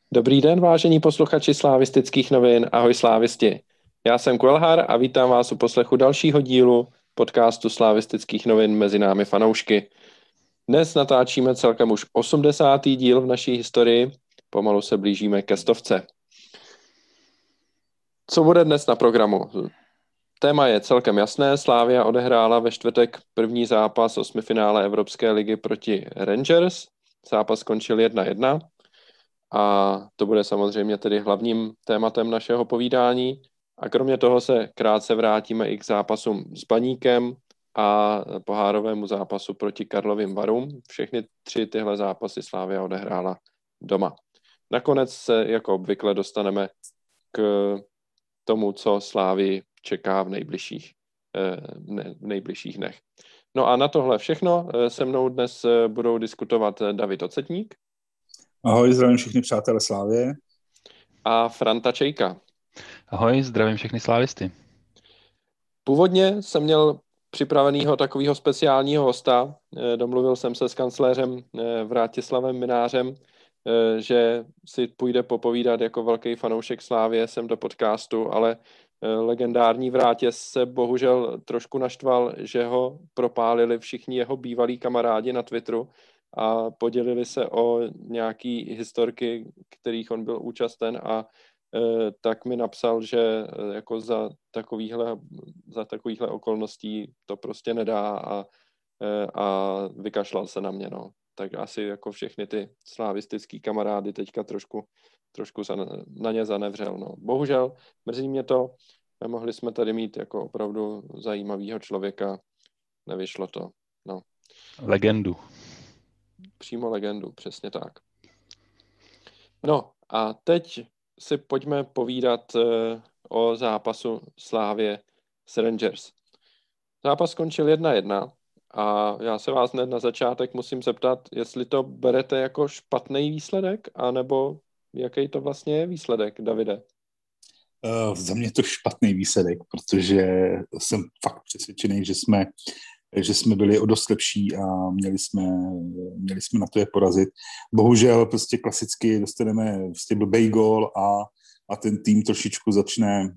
Dobrý den, vážení posluchači Slavistických novin, ahoj slávisti. Já jsem Kuelhar a vítám vás u poslechu dalšího dílu podcastu Slavistických novin mezi námi fanoušky. Dnes natáčíme celkem už 80. díl v naší historii, pomalu se blížíme ke 100. Co bude dnes na programu? Téma je celkem jasné, Slavia odehrála ve čtvrtek první zápas osmifinále Evropské ligy proti Rangers. Zápas skončil 1-1. A to bude samozřejmě tedy hlavním tématem našeho povídání. A kromě toho se krátce vrátíme i k zápasům s Baníkem a pohárovému zápasu proti Karlovým Varům. Všechny tři tyhle zápasy Slavia odehrála doma. Nakonec se jako obvykle dostaneme k tomu, co Slavii čeká v nejbližších dnech. No a na tohle všechno se mnou dnes budou diskutovat David Ocetník. Ahoj, zdravím všechny přátelé Slávie. A Franta Čejka. Ahoj, zdravím všechny slávisty. Původně jsem měl připravenýho takového speciálního hosta. Domluvil jsem se s kancléřem Vrátislavem Minářem, že si půjde popovídat jako velký fanoušek Slávie sem do podcastu, ale legendární Vrátěs se bohužel trošku naštval, že ho propálili všichni jeho bývalí kamarádi na Twitteru a podělili se o nějaký historky, kterých on byl účasten a tak mi napsal, že jako za takovýchhle okolností to prostě nedá a vykašlal se na mě, no. Tak asi jako všechny ty slavistický kamarády teďka trošku na ně zanevřel, no. Bohužel, mrzí mě to, mohli jsme tady mít jako opravdu zajímavého člověka, nevyšlo to, no. Legendu. Přímo legendu, přesně tak. No a teď si pojďme povídat o zápasu Slavie s Rangers. Zápas skončil 1-1 a já se vás hned na začátek musím zeptat, jestli to berete jako špatný výsledek, anebo jaký to vlastně je výsledek, Davide? Za mě to špatný výsledek, protože jsem fakt přesvědčený, že jsme byli o dost lepší a měli jsme na to je porazit. Bohužel prostě klasicky dostaneme prostě blbej gól a ten tým trošičku začne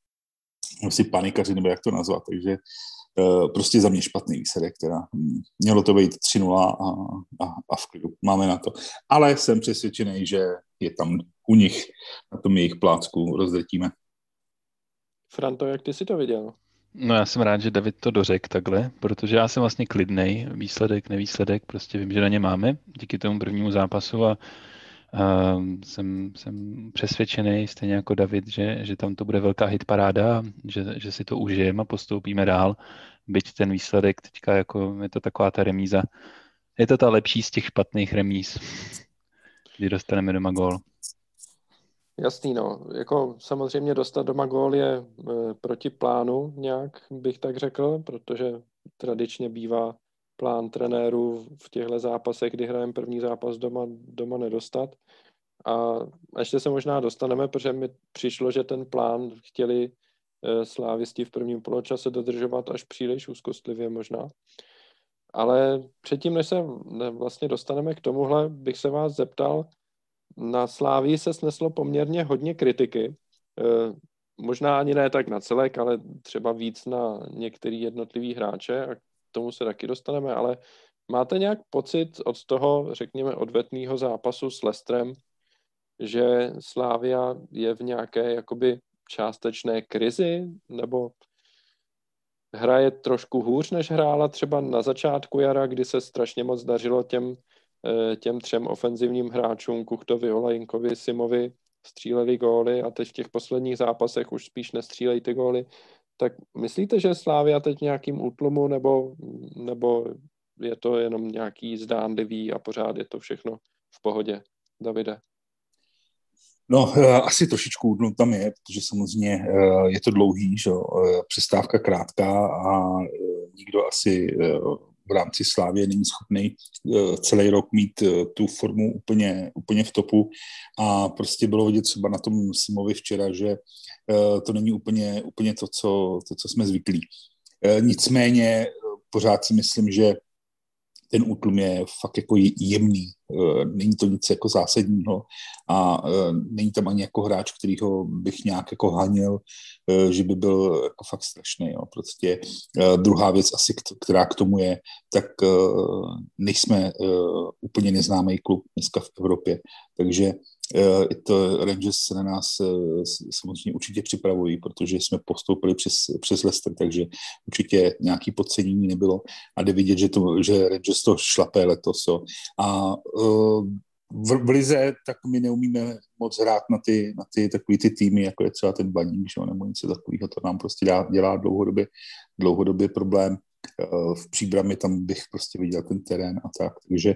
si panikařit, nebo jak to nazvat, takže prostě za mě špatný výsledek, teda mělo to být 3-0 a v klidu, máme na to. Ale jsem přesvědčený, že je tam u nich na tom jejich plácku rozdrtíme. Franto, jak ty si to viděl? No já jsem rád, že David to dořekl takhle, protože já jsem vlastně klidnej, výsledek, nevýsledek, prostě vím, že na ně máme díky tomu prvnímu zápasu a jsem přesvědčený, stejně jako David, že tam to bude velká hitparáda, že si to užijeme a postoupíme dál, byť ten výsledek teďka jako je to taková ta remíza, je to ta lepší z těch špatných remíz, kdy dostaneme doma gól. Jasný, no. Jako samozřejmě dostat doma gól je proti plánu nějak, bych tak řekl, protože tradičně bývá plán trenérů v těchto zápasech, kdy hrajeme první zápas doma nedostat. A ještě se možná dostaneme, protože mi přišlo, že ten plán chtěli slávisti v prvním poločase dodržovat až příliš úzkostlivě možná. Ale předtím, než se vlastně dostaneme k tomuhle, bych se vás zeptal, na Slávii se sneslo poměrně hodně kritiky. Možná ani ne tak na celek, ale třeba víc na některý jednotlivý hráče a k tomu se taky dostaneme, ale máte nějak pocit od toho, řekněme, odvetného zápasu s Leicesterem, že Slavia je v nějaké jakoby částečné krizi, nebo hraje trošku hůř, než hrála třeba na začátku jara, kdy se strašně moc dařilo těm třem ofenzivním hráčům, Kuchtovi, Olajinkovi, Simovi, stříleli góly a teď v těch posledních zápasech už spíš nestřílejí ty góly. Tak myslíte, že Slavia teď nějakým útlumu, nebo je to jenom nějaký zdánlivý a pořád je to všechno v pohodě? Davide? No, asi trošičku útlum tam je, protože samozřejmě je to dlouhý, že? Přestávka krátká a nikdo asi v rámci Slávie není schopný celý rok mít tu formu úplně v topu a prostě bylo vidět třeba na tom Simovi včera, že to není úplně to, co jsme zvyklí. Nicméně pořád si myslím, že ten útlum je fakt jako jemný není to nic jako zásadního a není tam ani jako hráč, kterýho bych nějak jako hanil, že by byl jako fakt strašný. Jo. Prostě druhá věc asi, která k tomu je, tak nejsme úplně neznámý klub dneska v Evropě, takže to Rangers se na nás samozřejmě určitě připravují, protože jsme postoupili přes Leicester, takže určitě nějaký podcenění nebylo a jde vidět, že Rangers to šlapé letos. Jo. A v lize tak my neumíme moc hrát na ty takový ty týmy, jako je třeba ten Baník, nebo něco takového, to nám prostě dělá dlouhodobě problém. V Příbrami tam bych prostě viděl ten terén a tak. Takže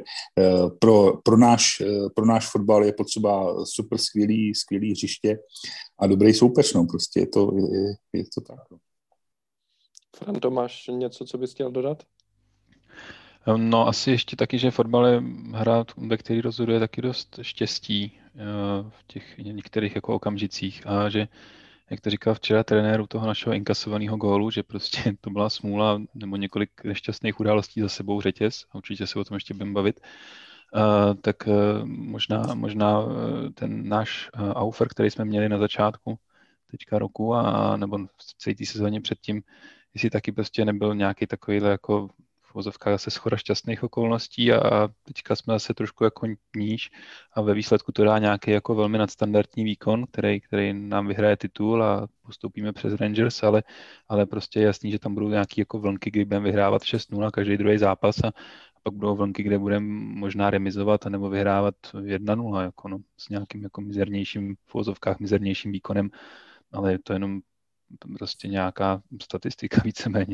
pro náš fotbal je potřeba super skvělý hřiště a dobrý soupeř, no, prostě je to tak. No. Franto, máš něco, co bys chtěl dodat? No asi ještě taky, že fotbal je hra, ve který rozhoduje taky dost štěstí v těch některých jako okamžicích a že jak to říkal včera trenér u toho našeho inkasovaného gólu, že prostě to byla smůla nebo několik nešťastných událostí za sebou řetěz, a určitě se o tom ještě budeme bavit, tak možná ten náš Aufer, který jsme měli na začátku teďka roku, nebo v celé té sezóně předtím, jestli taky prostě nebyl nějaký takovýhle jako v vozovkách zase schoda šťastných okolností a teďka jsme zase trošku jako níž a ve výsledku to dá nějaký jako velmi nadstandardní výkon, který nám vyhraje titul a postoupíme přes Rangers, ale prostě je jasný, že tam budou nějaký jako vlnky, kdy budeme vyhrávat 6-0 každý druhý zápas a pak budou vlnky, kde budeme možná remizovat anebo vyhrávat 1-0 jako no, s nějakým jako mizernějším v vozovkách mizernějším výkonem, ale je to jenom prostě nějaká statistika víceméně.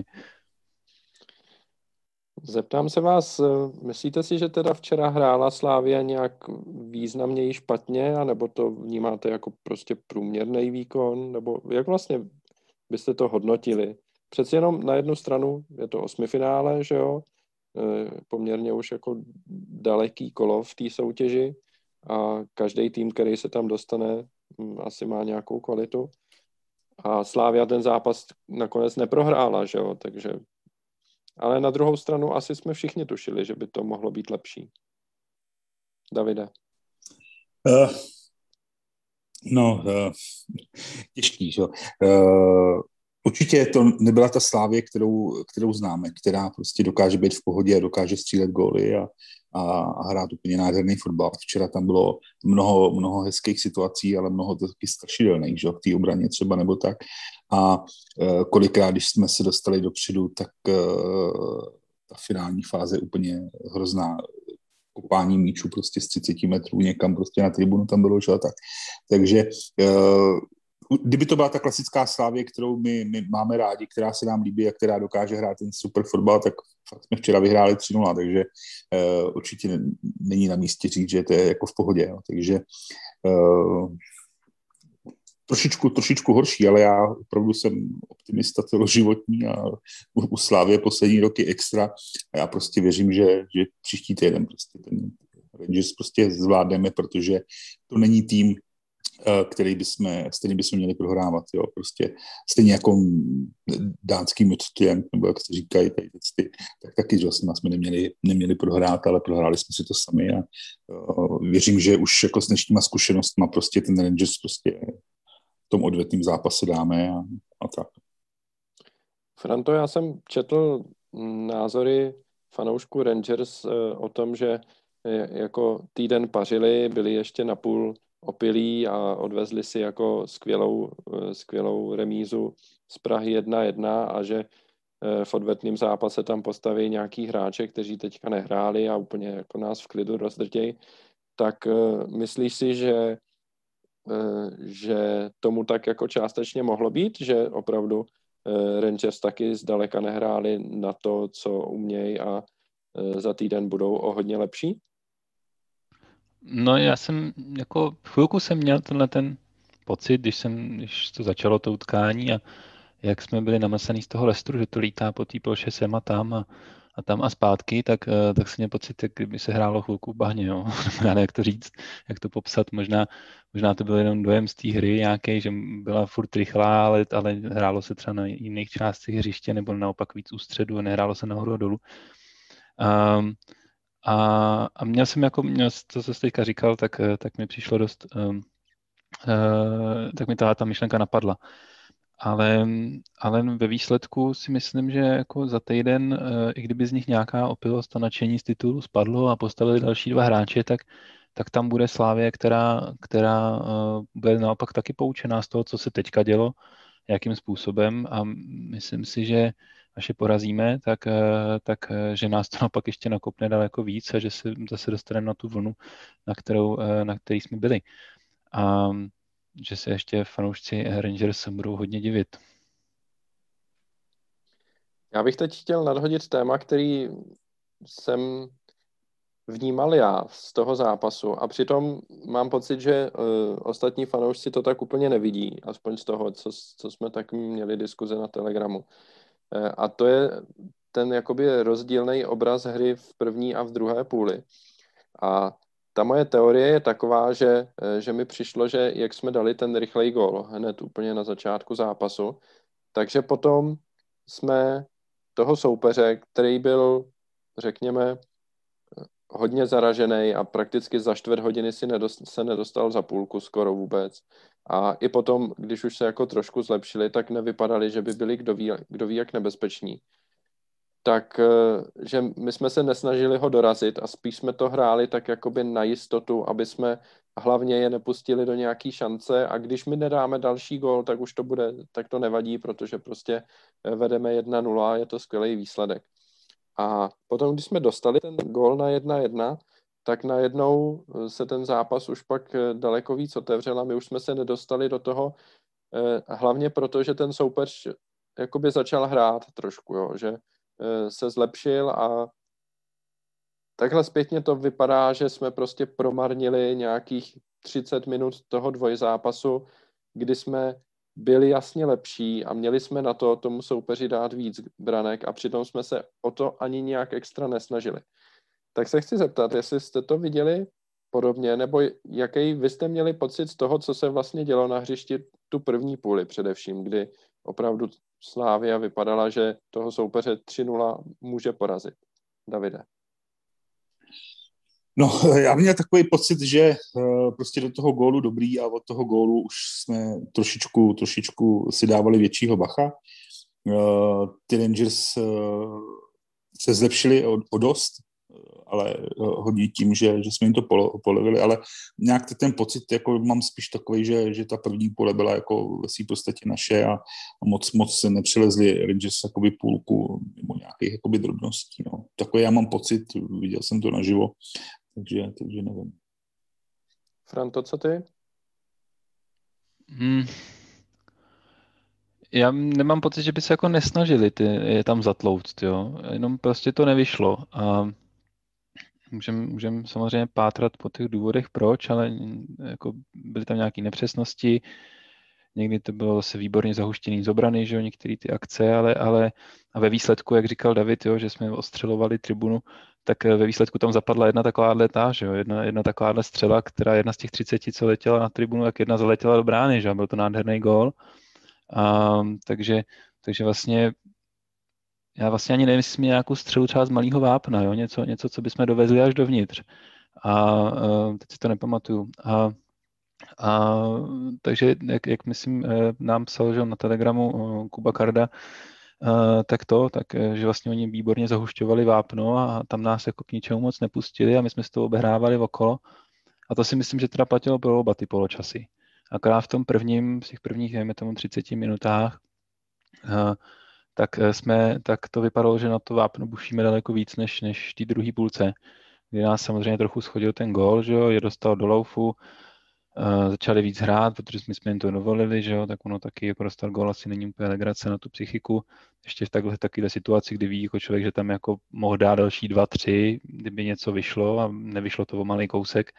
Zeptám se vás, myslíte si, že teda včera hrála Slavia nějak významněji špatně, anebo to vnímáte jako prostě průměrný výkon, nebo jak vlastně byste to hodnotili? Přeci jenom na jednu stranu je to osmifinále, že jo, poměrně už jako daleký kolo v té soutěži a každý tým, který se tam dostane, asi má nějakou kvalitu. A Slavia ten zápas nakonec neprohrála, že jo, takže ale na druhou stranu asi jsme všichni tušili, že by to mohlo být lepší. Davide. Těžký, že? Určitě to nebyla ta Slavie, kterou známe, která prostě dokáže být v pohodě a dokáže střílet góly a hrát úplně nádherný fotbal. Včera tam bylo mnoho hezkých situací, ale mnoho taky strašidelných, že? V té obraně třeba nebo tak. A kolikrát, když jsme se dostali dopředu, tak ta finální fáze je úplně hrozná. Kopání míčů prostě z 30 metrů někam prostě na tribunu tam bylo, že? Tak. Takže kdyby to byla ta klasická Slavie, kterou my máme rádi, která se nám líbí a která dokáže hrát ten super fotbal, tak fakt jsme včera vyhráli 3-0, takže určitě není na místě říct, že to je jako v pohodě. No. Takže trošičku horší, ale já opravdu jsem optimista celoživotní a u Slavie poslední roky extra a já prostě věřím, že příští týden prostě ten Rangers prostě zvládneme, protože to není tým, s kterým bychom měli prohrávat, jo, prostě stejně jako dánský Midtjylland, nebo jak se říkají tady tak taky, že jsme neměli prohrát, ale prohráli jsme si to sami a věřím, že už jako s dnešníma zkušenostma prostě ten Rangers prostě v tom odvetném zápase dáme a tak. Franto, já jsem četl názory fanoušků Rangers o tom, že jako týden pařili, byli ještě napůl opilí a odvezli si jako skvělou remízu z Prahy 1-1 a že v odvetném zápase tam postaví nějaký hráče, kteří teďka nehráli a úplně jako nás v klidu rozdrtějí. Tak myslíš si, že tomu tak jako částečně mohlo být, že opravdu Rangers taky zdaleka nehráli na to, co umějí a za týden budou o hodně lepší? No já jsem jako chvilku jsem měl ten pocit, když to začalo to utkání a jak jsme byli namlsaný z toho Leicesteru, že to lítá po té ploše sem a tam a zpátky, tak jsem měl pocit, jak kdyby se hrálo chvilku v bahně, jo. Já nevím, jak to říct, jak to popsat, možná to byl jenom dojem z té hry nějaký, že byla furt rychlá, ale hrálo se třeba na jiných částech hřiště nebo naopak víc ústředu a nehrálo se nahoru a dolů. A měl to, co jsi teďka říkal, tak mi přišlo dost, tak mi ta myšlenka napadla. Ale ve výsledku si myslím, že jako za týden, i kdyby z nich nějaká opilost a nadšení z titulu spadlo a postavili další 2 hráče, tak tam bude Slavia, která bude naopak taky poučená z toho, co se teďka dělo, jakým způsobem, a myslím si, že až je porazíme, že nás to naopak ještě nakopne daleko víc a že se zase dostaneme na tu vlnu, na který jsme byli. A že se ještě fanoušci Rangers budou hodně divit. Já bych teď chtěl nadhodit téma, který jsem vnímal já z toho zápasu, a přitom mám pocit, že ostatní fanoušci to tak úplně nevidí, aspoň z toho, co jsme tak měli diskuze na Telegramu. A to je ten jakoby rozdílný obraz hry v první a v druhé půli. A ta moje teorie je taková, že mi přišlo, že jak jsme dali ten rychlej gól hned úplně na začátku zápasu, takže potom jsme toho soupeře, který byl, řekněme, hodně zaražený a prakticky za 4 hodiny se nedostal za půlku skoro vůbec. A i potom, když už se jako trošku zlepšili, tak nevypadali, že by byli kdo ví jak nebezpeční. Tak, že my jsme se nesnažili ho dorazit a spíš jsme to hráli tak jakoby na jistotu, aby jsme hlavně je nepustili do nějaký šance, a když my nedáme další gól, tak to nevadí, protože prostě vedeme 1-0 a je to skvělý výsledek. A potom, když jsme dostali ten gól na 1-1, tak najednou se ten zápas už pak daleko víc otevřel a my už jsme se nedostali do toho, hlavně proto, že ten soupeř jakoby začal hrát trošku, jo, že se zlepšil, a takhle zpětně to vypadá, že jsme prostě promarnili nějakých 30 minut toho dvojzápasu, kdy jsme byli jasně lepší a měli jsme na to tomu soupeři dát víc branek, a přitom jsme se o to ani nějak extra nesnažili. Tak se chci zeptat, jestli jste to viděli podobně, nebo jaký vy jste měli pocit z toho, co se vlastně dělo na hřišti tu první půli především, kdy opravdu Slavia vypadala, že toho soupeře 3-0 může porazit. Davide. No, já měl takový pocit, že prostě do toho gólu dobrý a od toho gólu už jsme trošičku si dávali většího bacha. Ty Rangers se zlepšili o dost, ale hodně tím, že jsme jim to polevili, ale nějak ten pocit jako mám spíš takový, že ta první pole byla jako ve svý podstatě naše a moc se nepřelezli Rangers jakoby půlku mimo nějakých jakoby drobností. No. Takový já mám pocit, viděl jsem to naživo, takže nevím. Franto, co ty? Já nemám pocit, že by se jako nesnažili je tam zatlouct, jo. Jenom prostě to nevyšlo. A můžem samozřejmě pátrat po těch důvodech, proč, ale jako byly tam nějaké nepřesnosti. Někdy to bylo zase výborně zahuštěný z obrany, že jo, některé ty akce, ale a ve výsledku, jak říkal David, jo, že jsme ostřelovali tribunu, tak ve výsledku tam zapadla jedna takováhle jedna takováhle střela, která jedna z těch 30, co letěla na tribunu, tak jedna zaletěla do brány, že byl to nádherný gól. Takže vlastně já vlastně ani nevím, jestli jsme nějakou střelu třeba z malého vápna, jo? Něco, co bychom dovezli až dovnitř. A teď si to nepamatuju. Takže jak myslím, nám psal, že na Telegramu Kuba Karda, že vlastně oni výborně zahušťovali vápno a tam nás jako k ničemu moc nepustili a my jsme s toho obehrávali okolo. A to si myslím, že teda platilo pro oba ty poločasy. Akorát v těch prvních, dejme tomu 30 minutách, tak to vypadalo, že na to vápno bušíme daleko víc než v té druhé půlce, kdy nás samozřejmě trochu schodil ten gól, že jo, je dostal do laufu, začali víc hrát, protože jsme jim to dovolili, že jo, tak ono taky jako dostat gól asi není úplně legrace na tu psychiku, ještě v takovéhle situaci, kdy ví jako člověk, že tam jako mohl dát další 2-3, kdyby něco vyšlo a nevyšlo to o malý kousek.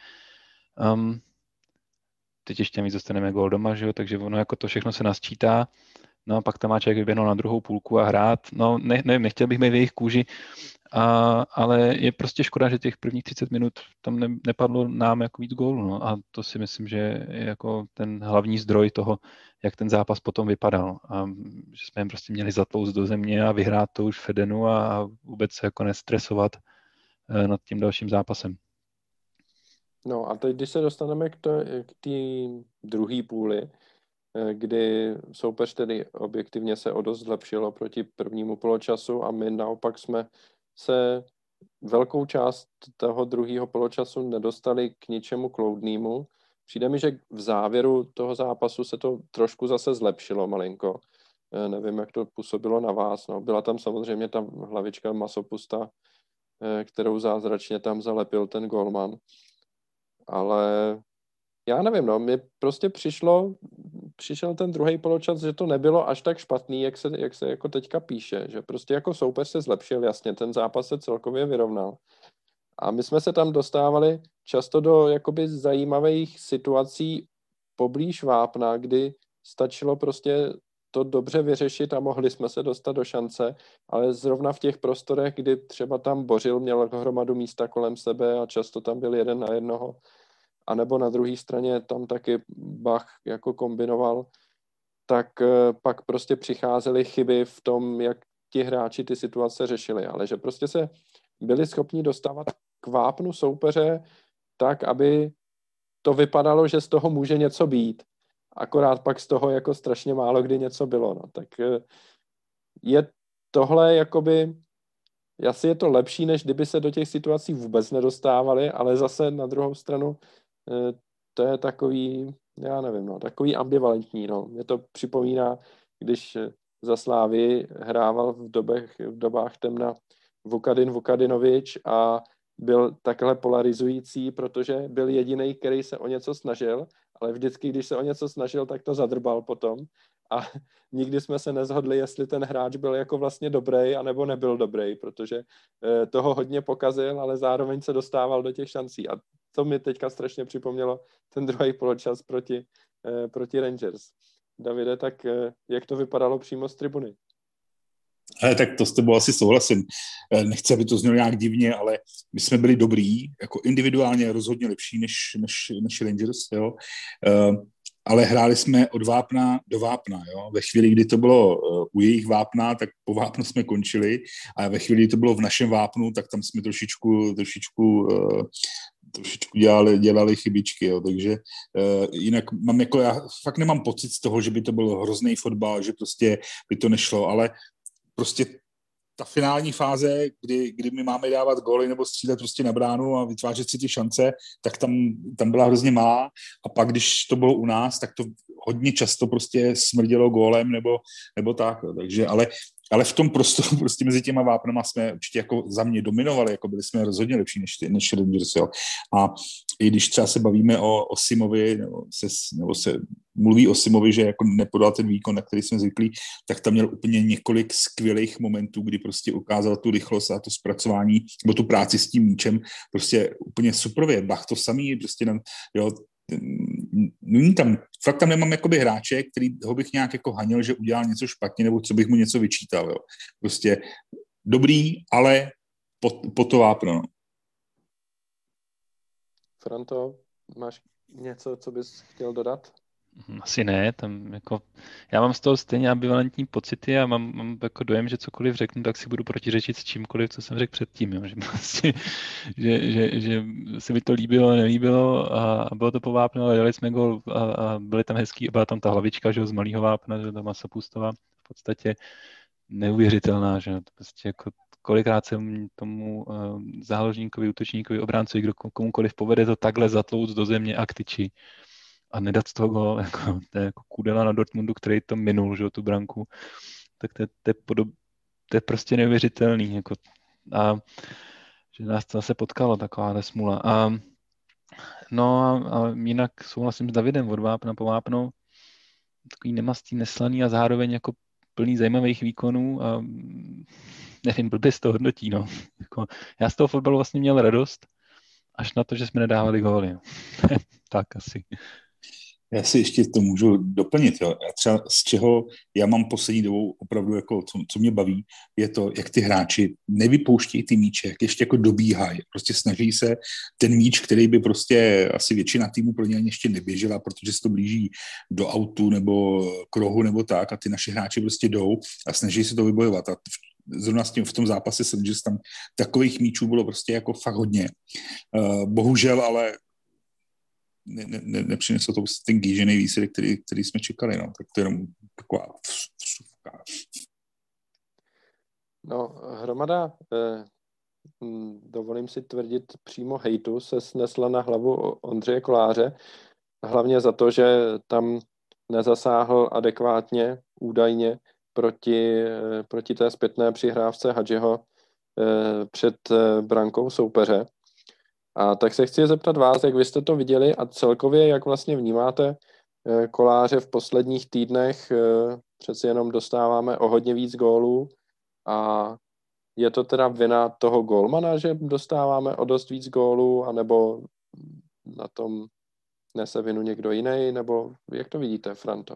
Teď ještě víc dostaneme gól doma, že jo, takže ono jako to všechno se nasčítá. No a pak tam má člověk vyběhnout na druhou půlku a hrát. No nevím, nechtěl bych být v jejich kůži, ale je prostě škoda, že těch prvních 30 minut tam nepadlo nám jako víc gólů. No. A to si myslím, že je jako ten hlavní zdroj toho, jak ten zápas potom vypadal. A že jsme jim prostě měli zatlouct do země a vyhrát to už v Edenu a vůbec se jako nestresovat nad tím dalším zápasem. No a teď, když se dostaneme k té druhé půli, kdy soupeř tedy objektivně se o dost zlepšilo proti prvnímu poločasu a my naopak jsme se velkou část toho druhého poločasu nedostali k ničemu kloudnému. Přijde mi, že v závěru toho zápasu se to trošku zase zlepšilo malinko. Nevím, jak to působilo na vás. No, byla tam samozřejmě ta hlavička Masopusta, kterou zázračně tam zalepil ten golman. Ale já nevím, no, mi prostě přišel ten druhý poločas, že to nebylo až tak špatný, jak se jako teďka píše, že prostě jako soupeř se zlepšil, jasně, ten zápas se celkově vyrovnal. A my jsme se tam dostávali často do jakoby zajímavých situací poblíž vápna, kdy stačilo prostě to dobře vyřešit a mohli jsme se dostat do šance, ale zrovna v těch prostorech, kdy třeba tam Bořil měl hromadu místa kolem sebe a často tam byl 1-1, a nebo na druhé straně tam taky Bach jako kombinoval, tak pak prostě přicházely chyby v tom, jak ti hráči ty situace řešili, ale že prostě se byli schopni dostávat k vápnu soupeře tak, aby to vypadalo, že z toho může něco být. Akorát pak z toho jako strašně málo kdy něco bylo. No. Tak je tohle jakoby, asi je to lepší, než kdyby se do těch situací vůbec nedostávali, ale zase na druhou stranu to je takový, já nevím, no, takový ambivalentní. No. Mě to připomíná, když za Slávy hrával v dobách temna Vukadinovič a byl takhle polarizující, protože byl jediný, který se o něco snažil, ale vždycky, když se o něco snažil, tak to zadrbal potom a nikdy jsme se neshodli, jestli ten hráč byl jako vlastně dobrý, anebo nebyl dobrý, protože toho hodně pokazil, ale zároveň se dostával do těch šancí a to mi teďka strašně připomnělo ten druhý poločas proti Rangers. Davide, tak jak to vypadalo přímo z tribuny? Tak to s tebou asi souhlasím. Nechci, aby to znělo nějak divně, ale my jsme byli dobrý, jako individuálně rozhodně lepší než Rangers, jo. Ale hráli jsme od vápna do vápna, jo. Ve chvíli, kdy to bylo u jejich vápna, tak po vápnu jsme končili a ve chvíli, kdy to bylo v našem vápnu, tak tam jsme trošičku dělali chybičky, jo. Takže jinak já fakt nemám pocit z toho, že by to byl hrozný fotbal, že prostě by to nešlo, ale prostě ta finální fáze, kdy my máme dávat góly nebo střílet prostě na bránu a vytvářet si ty šance, tak tam byla hrozně malá a pak, když to bylo u nás, tak to hodně často prostě smrdělo gólem nebo tak. Takže, ale v tom prostoru prostě mezi těma vápnama jsme určitě jako za mě dominovali, jako byli jsme rozhodně lepší než Rangers, jo. A i když třeba se bavíme o Simovi, nebo se mluví o Simovi, že jako nepodal ten výkon, na který jsme zvyklí, tak tam měl úplně několik skvělých momentů, kdy prostě ukázal tu rychlost a to zpracování, nebo tu práci s tím míčem, prostě úplně superově. Bach to samý, prostě jo, fakt tam nemám jakoby hráče, který ho bych nějak jako hanil, že udělal něco špatně, nebo co bych mu něco vyčítal, jo. Prostě dobrý, ale po to vápno, no. Franto, máš něco, co bys chtěl dodat? Asi ne, tam jako, já mám z toho stejně ambivalentní pocity a mám jako dojem, že cokoliv řeknu, tak si budu protiřečit s čímkoliv, co jsem řekl předtím, jo. Že, prostě, že se mi to líbilo, nelíbilo a bylo to po vápnu, ale dali jsme gol a byly tam hezký, byla tam ta hlavička, že z malého vápna, že ta Masopustova v podstatě neuvěřitelná, že to prostě jako kolikrát jsem tomu záložníkovi, útočníkovi, obráncovi, kdo komukoliv povede to takhle zatlouct do země a k tyči a nedat z toho gól, jako, to je jako Kudela na Dortmundu, který to minul, že tu branku, tak to je prostě neuvěřitelný, jako, a že nás to zase potkalo, taková smůla. No a jinak souhlasím s Davidem od vápna po vápno, takový nemastý, neslaný a zároveň jako plný zajímavých výkonů a nevím, blbě to hodnotí, no. Jako, já z toho fotbalu vlastně měl radost, až na to, že jsme nedávali góly. Tak asi. Já si ještě to můžu doplnit, jo. Já třeba z čeho já mám poslední dobou opravdu jako, co mě baví, je to, jak ty hráči nevypouštějí ty míče, jak ještě jako dobíhají. Prostě snaží se ten míč, který by prostě asi většina týmu pro ně ani ještě neběžela, protože se to blíží do autu nebo k rohu nebo tak a ty naše hráči prostě jdou a snaží se to vybojovat. A zrovna v tom zápase s Rangers tam takových míčů bylo prostě jako fakt hodně. Bohužel, ale nepřineslo to ten kýžený výsledek, který jsme čekali, no. Tak to je jenom taková vsuvka. No, hromada, dovolím si tvrdit přímo hejtu, se snesla na hlavu Ondřeje Koláře, hlavně za to, že tam nezasáhl adekvátně, údajně, proti té zpětné přihrávce Hadžiho před brankou soupeře. A tak se chci zeptat vás, jak vy jste to viděli a celkově, jak vlastně vnímáte Koláře v posledních týdnech. Přeci jenom dostáváme o hodně víc gólů a je to teda vina toho gólmana, že dostáváme o dost víc gólů, anebo na tom nese vinu někdo jiný, nebo jak to vidíte, Franto?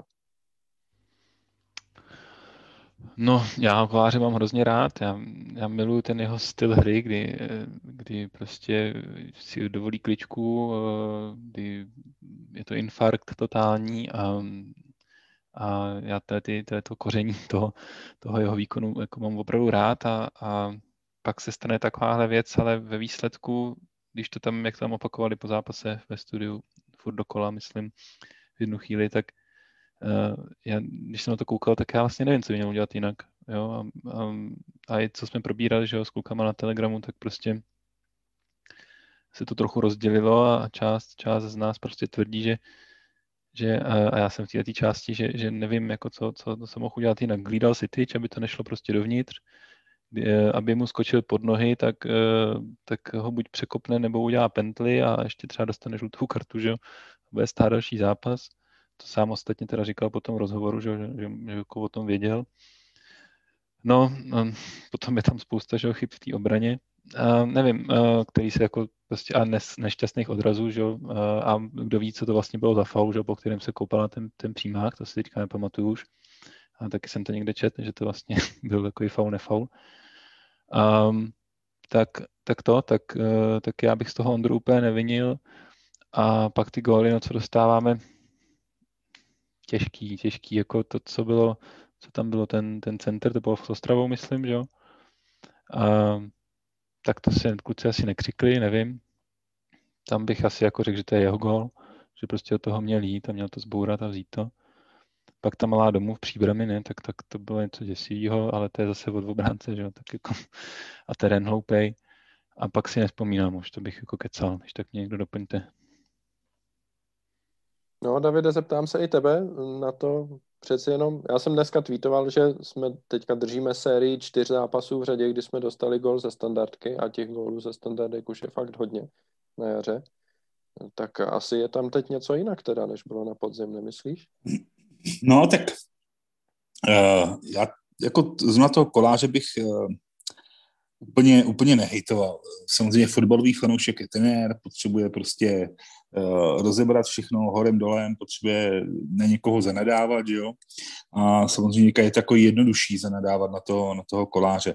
No, já Koláře mám hrozně rád. Já miluji ten jeho styl hry, kdy prostě si dovolí kličku, kdy je to infarkt totální a já to koření toho jeho výkonu jako mám opravdu rád a pak se stane takováhle věc, ale ve výsledku, když to tam, jak tam opakovali po zápase ve studiu, furt dokola, myslím, v jednu chvíli, tak když jsem na to koukal, tak já vlastně nevím, co by měl udělat jinak. Jo? A i co jsme probírali, že jo, s klukama na Telegramu, tak prostě se to trochu rozdělilo a část z nás prostě tvrdí, že a já jsem v této části, že nevím, jako co se mohl udělat jinak. Hlídal si tyč, aby to nešlo prostě dovnitř, aby mu skočil pod nohy, tak ho buď překopne, nebo udělá pentli a ještě třeba dostane žlutou kartu, že jo, bude stát další zápas. To sám ostatně teda říkal po tom rozhovoru, že jako o tom věděl. No, potom je tam spousta chyb v té obraně. Nevím, který se jako prostě nešťastných odrazů, že? A kdo ví, co to vlastně bylo za faul, že? Po kterém se koupal na ten přímák, to si teďka nepamatuju už. A taky jsem to někde četl, že to vlastně byl takový faul, nefaul. Tak já bych z toho Ondru úplně nevinil. A pak ty góly, no, co dostáváme, těžký, jako to, co tam bylo, ten center, to bylo s Ostravou, myslím, že jo. Tak to si kluci asi nekřikli, nevím. Tam bych asi jako řekl, že to je jeho gól, že prostě od toho měl jít a měl to zbourat a vzít to. Pak ta malá domů v Příbrami, ne, tak to bylo něco děsivého, ale to je zase od obránce, že jo, tak jako a terén hloupej. A pak si nespomínám už, to bych jako kecal, když tak mě někdo doplňte. No, Davide, zeptám se i tebe na to. Přeci jenom, já jsem dneska tweetoval, že jsme teďka držíme sérii 4 zápasů v řadě, kdy jsme dostali gól ze standardky a těch gólů ze standardek už je fakt hodně na jaře. Tak asi je tam teď něco jinak teda, než bylo na podzim, nemyslíš? No, tak já jako zrovna toho Koláře bych úplně nehejtoval. Samozřejmě fotbalový fanoušek je trenér, potřebuje prostě rozebrat všechno horem dolem, potřebuje na někoho zanadávat, jo. A samozřejmě je takový jednodušší zanadávat na toho Koláře.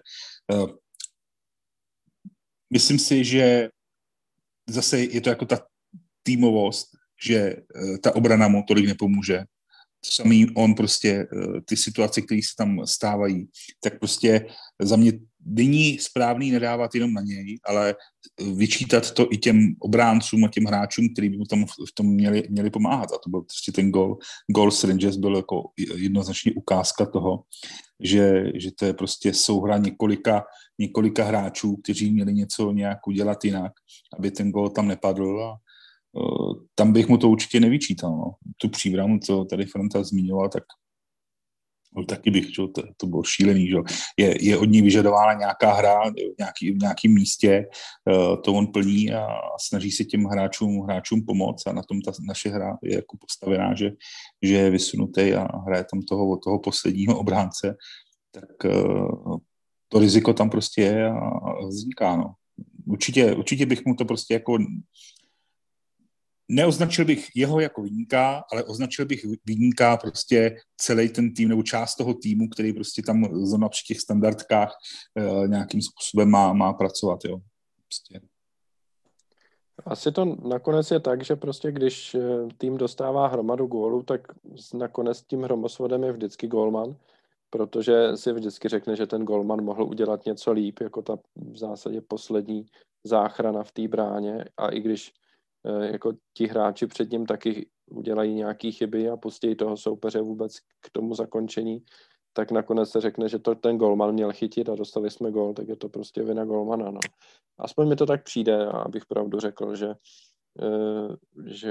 Myslím si, že zase je to jako ta týmovost, že ta obrana mu tolik nepomůže. To samý on prostě, ty situace, které se tam stávají, tak prostě za mě není správný nedávat jenom na něj, ale vyčítat to i těm obráncům a těm hráčům, kteří by mu tam v tom měli pomáhat. A to byl prostě ten gól s Rangers byl jako jednoznačně ukázka toho, že to je prostě souhra několika hráčů, kteří měli něco nějak udělat jinak, aby ten gól tam nepadl a tam bych mu to určitě nevyčítal. No. Tu Příbramu, co tady Franta zmiňoval, tak taky bych, že, to bylo šílený. Že. Je od ní vyžadována nějaká hra v nějakém místě, to on plní a snaží se těm hráčům pomoct a na tom ta naše hra je jako postavená, že je vysunutý a hraje tam toho posledního obránce, tak to riziko tam prostě je a vzniká. No. Určitě bych mu to prostě jako neoznačil bych jeho jako viníka, ale označil bych viníka prostě celý ten tým nebo část toho týmu, který prostě tam zrovna při těch standardkách nějakým způsobem má pracovat. Jo. Prostě. Asi to nakonec je tak, že prostě když tým dostává hromadu gólů, tak nakonec tím hromosvodem je vždycky gólman. protože si vždycky řekne, že ten golman mohl udělat něco líp, jako ta v zásadě poslední záchrana v té bráně, a i když jako ti hráči před ním taky udělají nějaký chyby a pustí toho soupeře vůbec k tomu zakončení, tak nakonec se řekne, že to ten golman měl chytit a dostali jsme gól, tak je to prostě vina golmana. No. Aspoň mi to tak přijde, abych pravdu řekl, že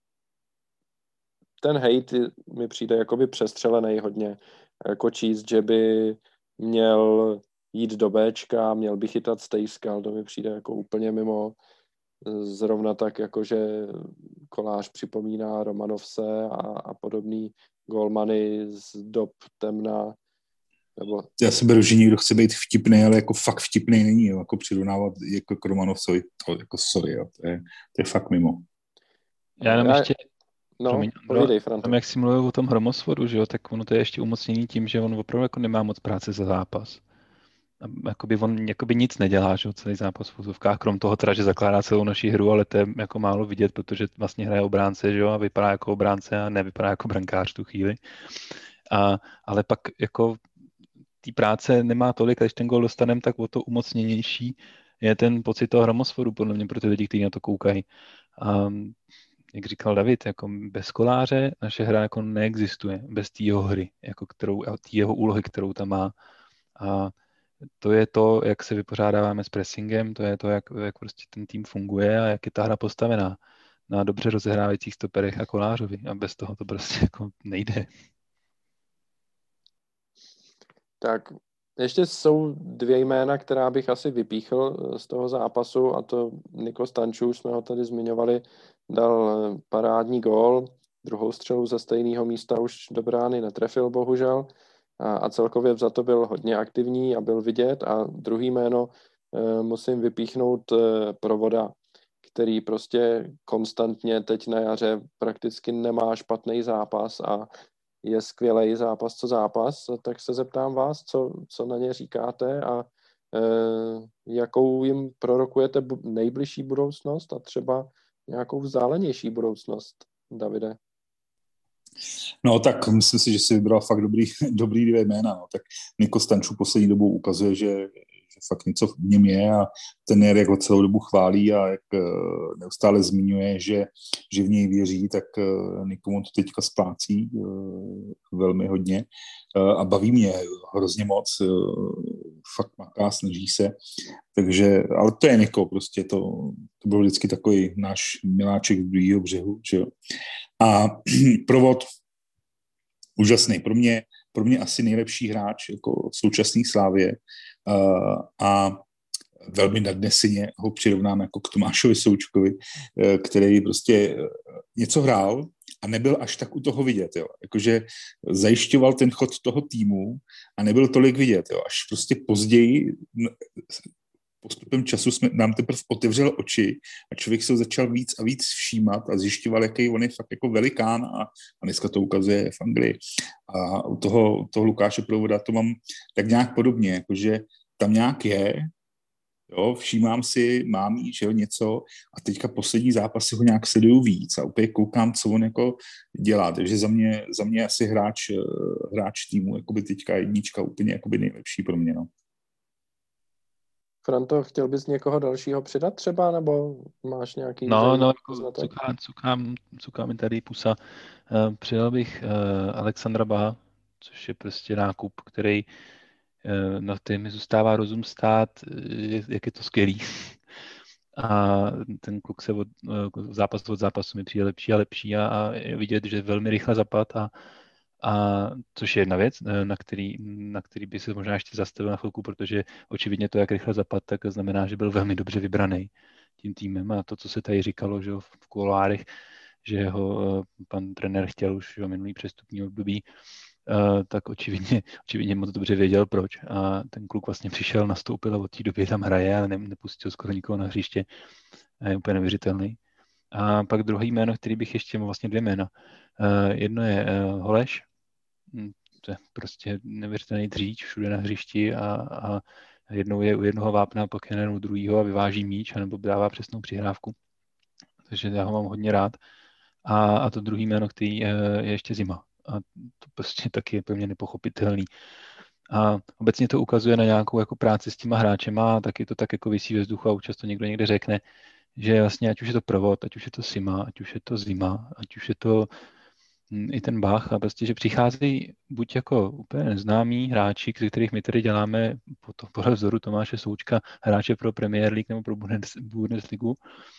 ten hejt mi přijde jakoby přestřelený hodně. Jako číst, že by měl jít do Bčka, měl by chytat Stejskal, to mi přijde jako úplně mimo. Zrovna tak, jakože Kolář připomíná Romanovse a podobný golmany z dob temna. Nebo... Já si beru, že někdo chce být vtipný, ale jako fakt vtipný není, jo. Jako přirovnávat jako k Romanovcovi, to jako sorry, jo. To je fakt mimo. Já jenom ještě... No, povídej, Franto. Tam, jak jsi mluvil o tom hromosvodu, že jo, tak ono to je ještě umocnění tím, že on opravdu jako nemá moc práce za zápas. A jakoby on jakoby nic nedělá, že jo, celý zápas v úzovkách, krom toho teda, že zakládá celou naši hru, ale to je jako málo vidět, protože vlastně hraje obránce, že jo, a vypadá jako obránce a nevypadá jako brankář tu chvíli. Ale pak jako té práce nemá tolik, a když ten gól dostaneme, tak o to umocněnější je ten pocit toho hromosvodu, podle mě, pro ty lidi, kteří na to koukají. Jak říkal David, jako bez Koláře naše hra jako neexistuje, bez té jeho hry, jako té jeho úlohy, kterou tam má. A to je to, jak se vypořádáváme s pressingem, to je to, jak prostě ten tým funguje a jak je ta hra postavená na dobře rozehrávajících stoperech a Kolářovi. A bez toho to prostě jako nejde. Tak ještě jsou dvě jména, která bych asi vypíchl z toho zápasu, a to Niko Stančů, už jsme ho tady zmiňovali, dal parádní gól, druhou střelu ze stejného místa už do brány netrefil, bohužel, a celkově za to byl hodně aktivní a byl vidět. A druhý jméno musím vypíchnout Provoda, který prostě konstantně teď na jaře prakticky nemá špatný zápas a je skvělej zápas co zápas, tak se zeptám vás, co na ně říkáte a jakou jim prorokujete nejbližší budoucnost a třeba nějakou vzdálenější budoucnost, Davide? No tak myslím si, že si vybral fakt dobrý dvě jména. No. Tak Niko Stančů poslední dobou ukazuje, že fakt něco v něm je a ten jak ho celou dobu chválí a jak neustále zmiňuje, že v něj věří, tak Nikomu to teďka splácí velmi hodně a baví mě hrozně moc, fakt maká, snaží se, takže, ale to je Niko, prostě to byl vždycky takový náš miláček z druhého břehu, že jo. A Provod úžasný, pro mě asi nejlepší hráč jako v současné Slávě a velmi nadneseně ho přirovnám jako k Tomášovi Součkovi, který prostě něco hrál a nebyl až tak u toho vidět, jo. Jakože zajišťoval ten chod toho týmu a nebyl tolik vidět, jo. Až prostě později postupem času nám teprve otevřel oči a člověk se ho začal víc a víc všímat a zjišťoval, jaký on je fakt jako velikán a dneska to ukazuje v Anglii. A u toho Lukáše Provoda to mám tak nějak podobně, jakože tam nějak je, jo, všímám si, mám jí, že jo, něco a teďka poslední zápasy ho nějak sleduju víc a úplně koukám, co on jako dělá, takže za mě asi hráč týmu, jakoby teďka jednička úplně jakoby nejlepší pro mě, no. Franto, chtěl bys někoho dalšího přidat třeba, nebo máš nějaký... No, cuká mi tady pusa. Přidal bych Alexandra Baha, což je prostě nákup, který na kterém mi zůstává rozum stát, jak je to skvělý. A ten kluk se zápas od zápasu mi přijde lepší a lepší a je vidět, že velmi rychle zapad a což je jedna věc, na který by se možná ještě zastavil na chvilku, protože očividně to, jak rychle zapad, tak znamená, že byl velmi dobře vybraný tím týmem a to, co se tady říkalo, že v kulárech, že ho pan trenér chtěl už minulý přestupní období, tak očividně moc dobře věděl, proč. A ten kluk vlastně přišel, nastoupil a od té doby tam hraje a nepustil skoro nikoho na hřiště. A je úplně neuvěřitelný. A pak druhý jméno, který bych ještě měl, vlastně dvě jména. Jedno je Holeš, to je prostě neuvěřitelný dříč všude na hřišti a jednou je u jednoho vápna, pak je u druhého a vyváží míč, anebo dává přesnou přihrávku. Takže já ho mám hodně rád. A to druhý jméno, který je ještě Zima. A to prostě taky je pro mě nepochopitelný. A obecně to ukazuje na nějakou jako práci s těma hráčema, a taky to tak jako visí ve vzduchu a občas to někdo někde řekne, že vlastně ať už je to provod, ať už je to Sima, ať už je to Zima, ať už je to i ten Bach, a prostě, že přicházejí buď jako úplně neznámí hráči, ze kterých my tady děláme podle vzoru Tomáše Součka hráče pro Premier League nebo pro Bundesligu,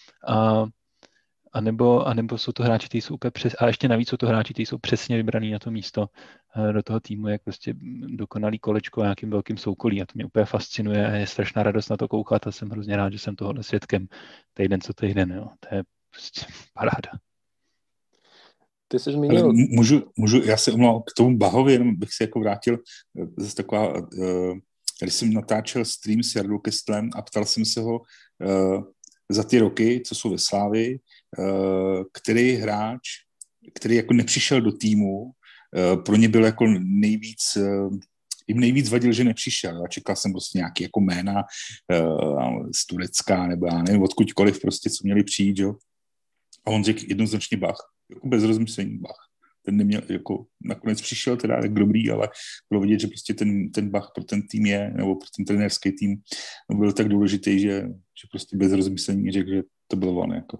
a nebo jsou to hráči, kteří jsou úplně a ještě navíc jsou to hráči, kteří jsou přesně vybraný na to místo do toho týmu, jak prostě dokonalý kolečko a nějakým velkým soukolí, a to mě úplně fascinuje a je strašná radost na to koukat a jsem hrozně rád, že jsem tohohle svědkem týden co týden, jo. To je prostě paráda. Ty jsi zmínil... Ale můžu, já se omlouvám k tomu Bahovi, jenom bych se jako vrátil, zase taková, když jsem natáčel stream s Jardou Kestlem a ptal jsem se ho za ty roky, co jsou ve Slávii, který hráč, který jako nepřišel do týmu, pro ně byl jako jim nejvíc vadil, že nepřišel. Já čekal jsem prostě nějaký jako jména z Turecka, nebo já nevím, odkudkoliv prostě, co měli přijít, jo. A on řekl jednoznačně Bach, jako bez rozmyslení Bach. Ten neměl, jako nakonec přišel teda jak dobrý, ale bylo vidět, že prostě ten Bach pro ten tým je, nebo pro ten trenérský tým byl tak důležitý, že prostě bez rozmyslení řekl, že to bylo on, jako.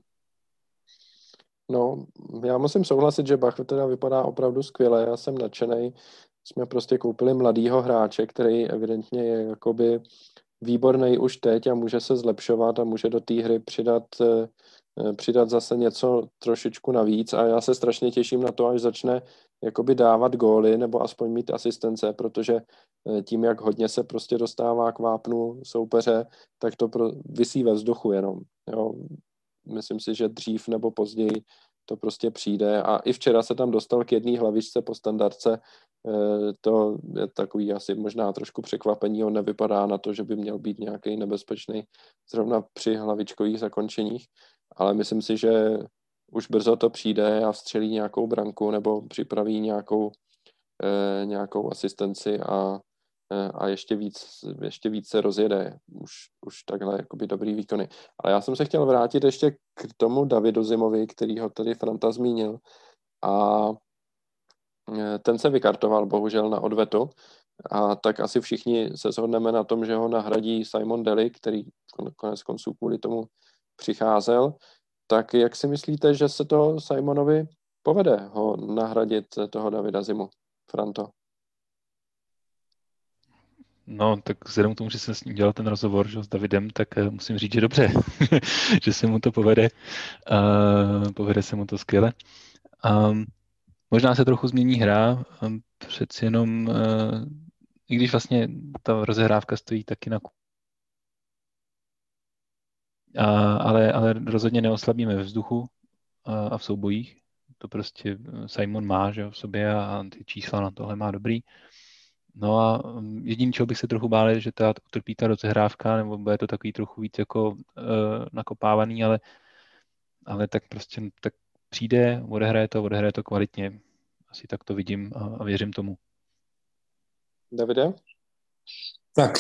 No, já musím souhlasit, že Bach teda vypadá opravdu skvěle, já jsem nadšenej. Jsme prostě koupili mladýho hráče, který evidentně je jakoby výborný už teď a může se zlepšovat a může do té hry přidat zase něco trošičku navíc, a já se strašně těším na to, až začne jakoby dávat góly nebo aspoň mít asistence, protože tím, jak hodně se prostě dostává k vápnu soupeře, tak to visí ve vzduchu jenom. Jo. Myslím si, že dřív nebo později to prostě přijde, a i včera se tam dostal k jedné hlavičce po standardce. To je takový asi možná trošku překvapení, on nevypadá na to, že by měl být nějaký nebezpečný zrovna při hlavičkových zakončeních, ale myslím si, že už brzo to přijde a vstřelí nějakou branku nebo připraví nějakou asistenci a ještě víc se rozjede. Už takhle jakoby dobrý výkony. Ale já jsem se chtěl vrátit ještě k tomu Davidu Zimovi, kterýho tady Franta zmínil, a ten se vykartoval bohužel na odvetu, a tak asi všichni se shodneme na tom, že ho nahradí Simon Daly, který konec konců kvůli tomu přicházel. Tak jak si myslíte, že se to Simonovi povede ho nahradit toho Davida Zimu, Franto? No, tak vzhledem k tomu, že jsem s ním dělal ten rozhovor, že, s Davidem, tak musím říct, že dobře, že se mu to povede. Povede se mu to skvěle. Možná se trochu změní hra, přeci jenom, i když vlastně ta rozehrávka stojí taky na ale rozhodně neoslabíme ve vzduchu a v soubojích. To prostě Simon má, že v sobě, a ty čísla na tohle má dobrý. No a jediný, čeho bych se trochu bál, je, že utrpí ta rozehrávka, nebo bude to takový trochu víc jako nakopávaný, ale tak prostě tak přijde, odehraje to kvalitně. Asi tak to vidím a věřím tomu. Davide? Tak,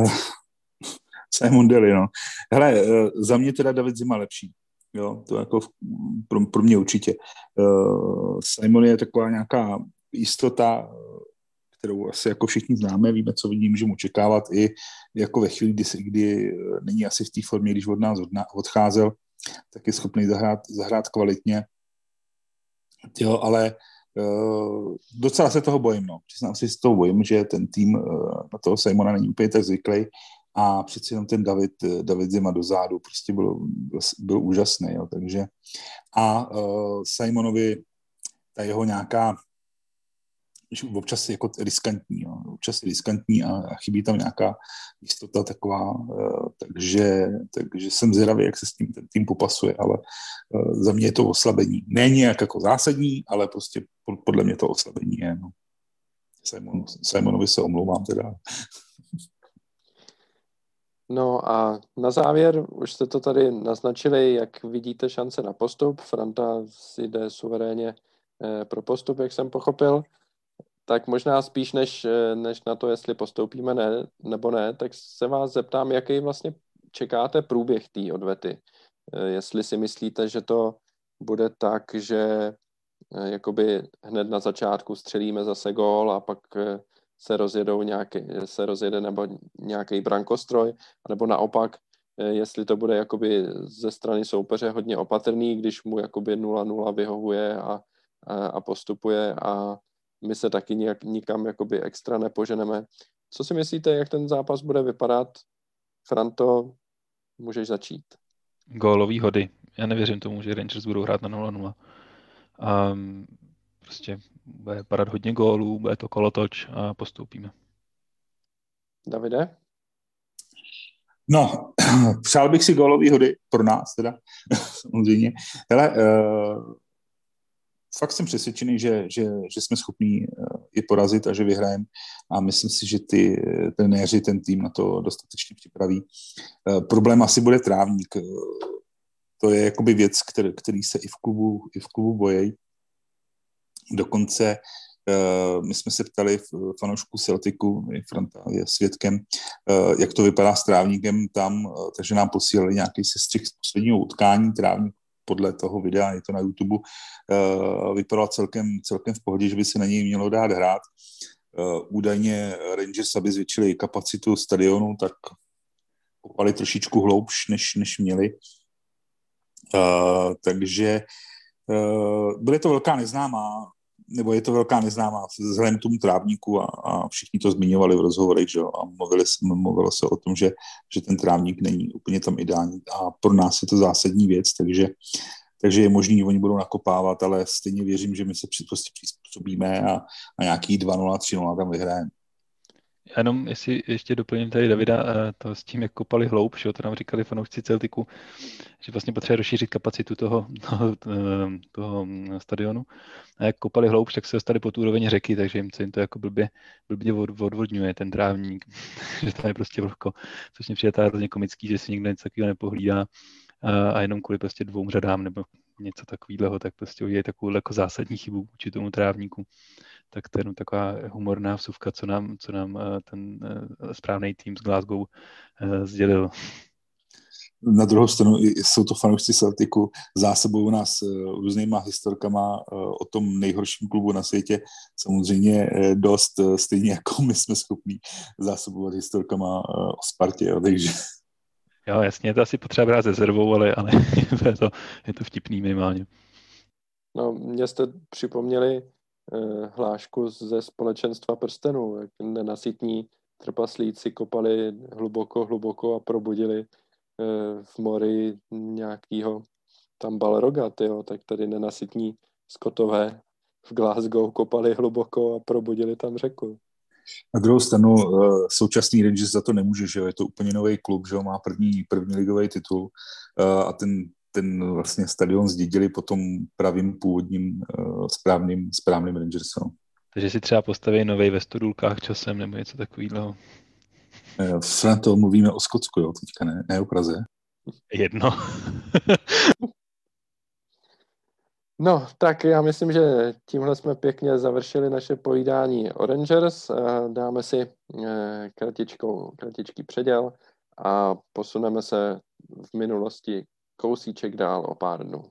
Simon Daly, no. Hele, za mě teda David Zima lepší. Jo, to jako pro mě určitě. Simon je taková nějaká jistota, kterou asi jako všichni známe, víme, co můžeme očekávat i jako ve chvíli, kdy není asi v té formě, když od nás odcházel, tak je schopný zahrát kvalitně. Jo, ale docela se toho bojím, no. Přiznám si, z toho bojím, že ten tým na toho Simona není úplně tak zvyklý, a přeci jenom ten David Zima dozadu prostě byl úžasný, jo, takže a Simonovi ta jeho nějaká občas jako riskantní, jo, a chybí tam nějaká jistota taková, takže jsem zvědavý, jak se s tím ten tým popasuje, ale za mě je to oslabení. Ne nějak jako zásadní, ale prostě podle mě to oslabení je, no. Simonovi se omlouvám teda. No a na závěr, už jste to tady naznačili, jak vidíte šance na postup. Franta si jde suverénně pro postup, jak jsem pochopil. Tak možná spíš než na to, jestli postoupíme nebo ne, tak se vás zeptám, jaký vlastně čekáte průběh té odvety. Jestli si myslíte, že to bude tak, že jakoby hned na začátku střelíme zase gól a pak se rozjede nebo nějaký brankostroj, nebo naopak, jestli to bude jakoby ze strany soupeře hodně opatrný, když mu jakoby 0-0 vyhovuje a postupuje a my se taky nikam jakoby extra nepoženeme. Co si myslíte, jak ten zápas bude vypadat? Franto, můžeš začít. Gólový hody. Já nevěřím tomu, že Rangers budou hrát na 0-0. A prostě bude padat hodně gólů, bude to kolotoč a postoupíme. Davide? No, přál bych si gólový hody pro nás teda, samozřejmě. Hele, fakt jsem přesvědčený, že jsme schopní je porazit a že vyhrajeme a myslím si, že ty trenéři ten tým na to dostatečně připraví. Problém asi bude trávník. To je jakoby věc, který se i v klubu bojí. Dokonce my jsme se ptali fanoušků Celticu, Franta je svědkem, jak to vypadá s trávníkem tam, takže nám posílali nějaký sestřih z posledního utkání. Trávník podle toho videa, je to na YouTube, vypadal celkem v pohodě, že by se na něj mělo dát hrát. Údajně Rangers, aby zvětšili kapacitu stadionu, tak kopali trošičku hloubš, než měli. Takže bude to velká neznámá, nebo je to velká neznámá vzhledem k tomu trávníku a všichni to zmiňovali v rozhovorech, že jo, a mluvilo se o tom, že ten trávník není úplně tam ideální a pro nás je to zásadní věc, takže je možný, že oni budou nakopávat, ale stejně věřím, že my se prostě přizpůsobíme a nějaký 2-0, 3-0 tam vyhrajeme. Já jenom, jestli ještě doplním tady Davida, to s tím, jak kopali hloub, že to nám říkali fanoušci Celticu, že vlastně potřebuje rozšířit kapacitu toho stadionu. A jak kopali hloub, tak se dostali pod úroveň řeky, takže jim to jako blbě odvodňuje ten trávník, že to je prostě vlhko, což mě přijde hrozně komický, že si nikdo něco takového nepohlídá a jenom kvůli prostě 2 řadám nebo něco takového, tak prostě udělají takovou jako zásadní chybu vůči tomu trávníku. Tak to je jenom taková humorná vsuvka, co nám ten správný tým z Glasgow sdělil. Na druhou stranu jsou to fanoušci Celticu, zásobují nás různýma historkama o tom nejhorším klubu na světě. Samozřejmě dost, stejně jako my jsme schopní zásobovat historkama o Spartě, jo, takže... Jo, jasně, to asi potřeba brát rezervou, ale je to vtipný minimálně. No, mě jste připomněli hlášku ze Společenstva prstenů, jak nenasytní trpaslíci kopali hluboko a probudili v mori nějakýho tam Balroga, tak tady nenasytní Skotové v Glasgow kopali hluboko a probudili tam řeku. Na druhou stranu současný Rangers za to nemůže, že jo, je to úplně nový klub, že jo, má první ligový titul a ten vlastně stadion zdědili po tom pravým původním správným Rangersem. Takže si třeba postaví novej ve Stodulkách časem nebo něco takového. Franto, mluvíme o Skotsku, jo, teďka ne o Praze. Jedno. No, tak já myslím, že tímhle jsme pěkně završili naše povídání o Rangers. Dáme si kratičký předěl a posuneme se v minulosti kousíček dál o pár dnů.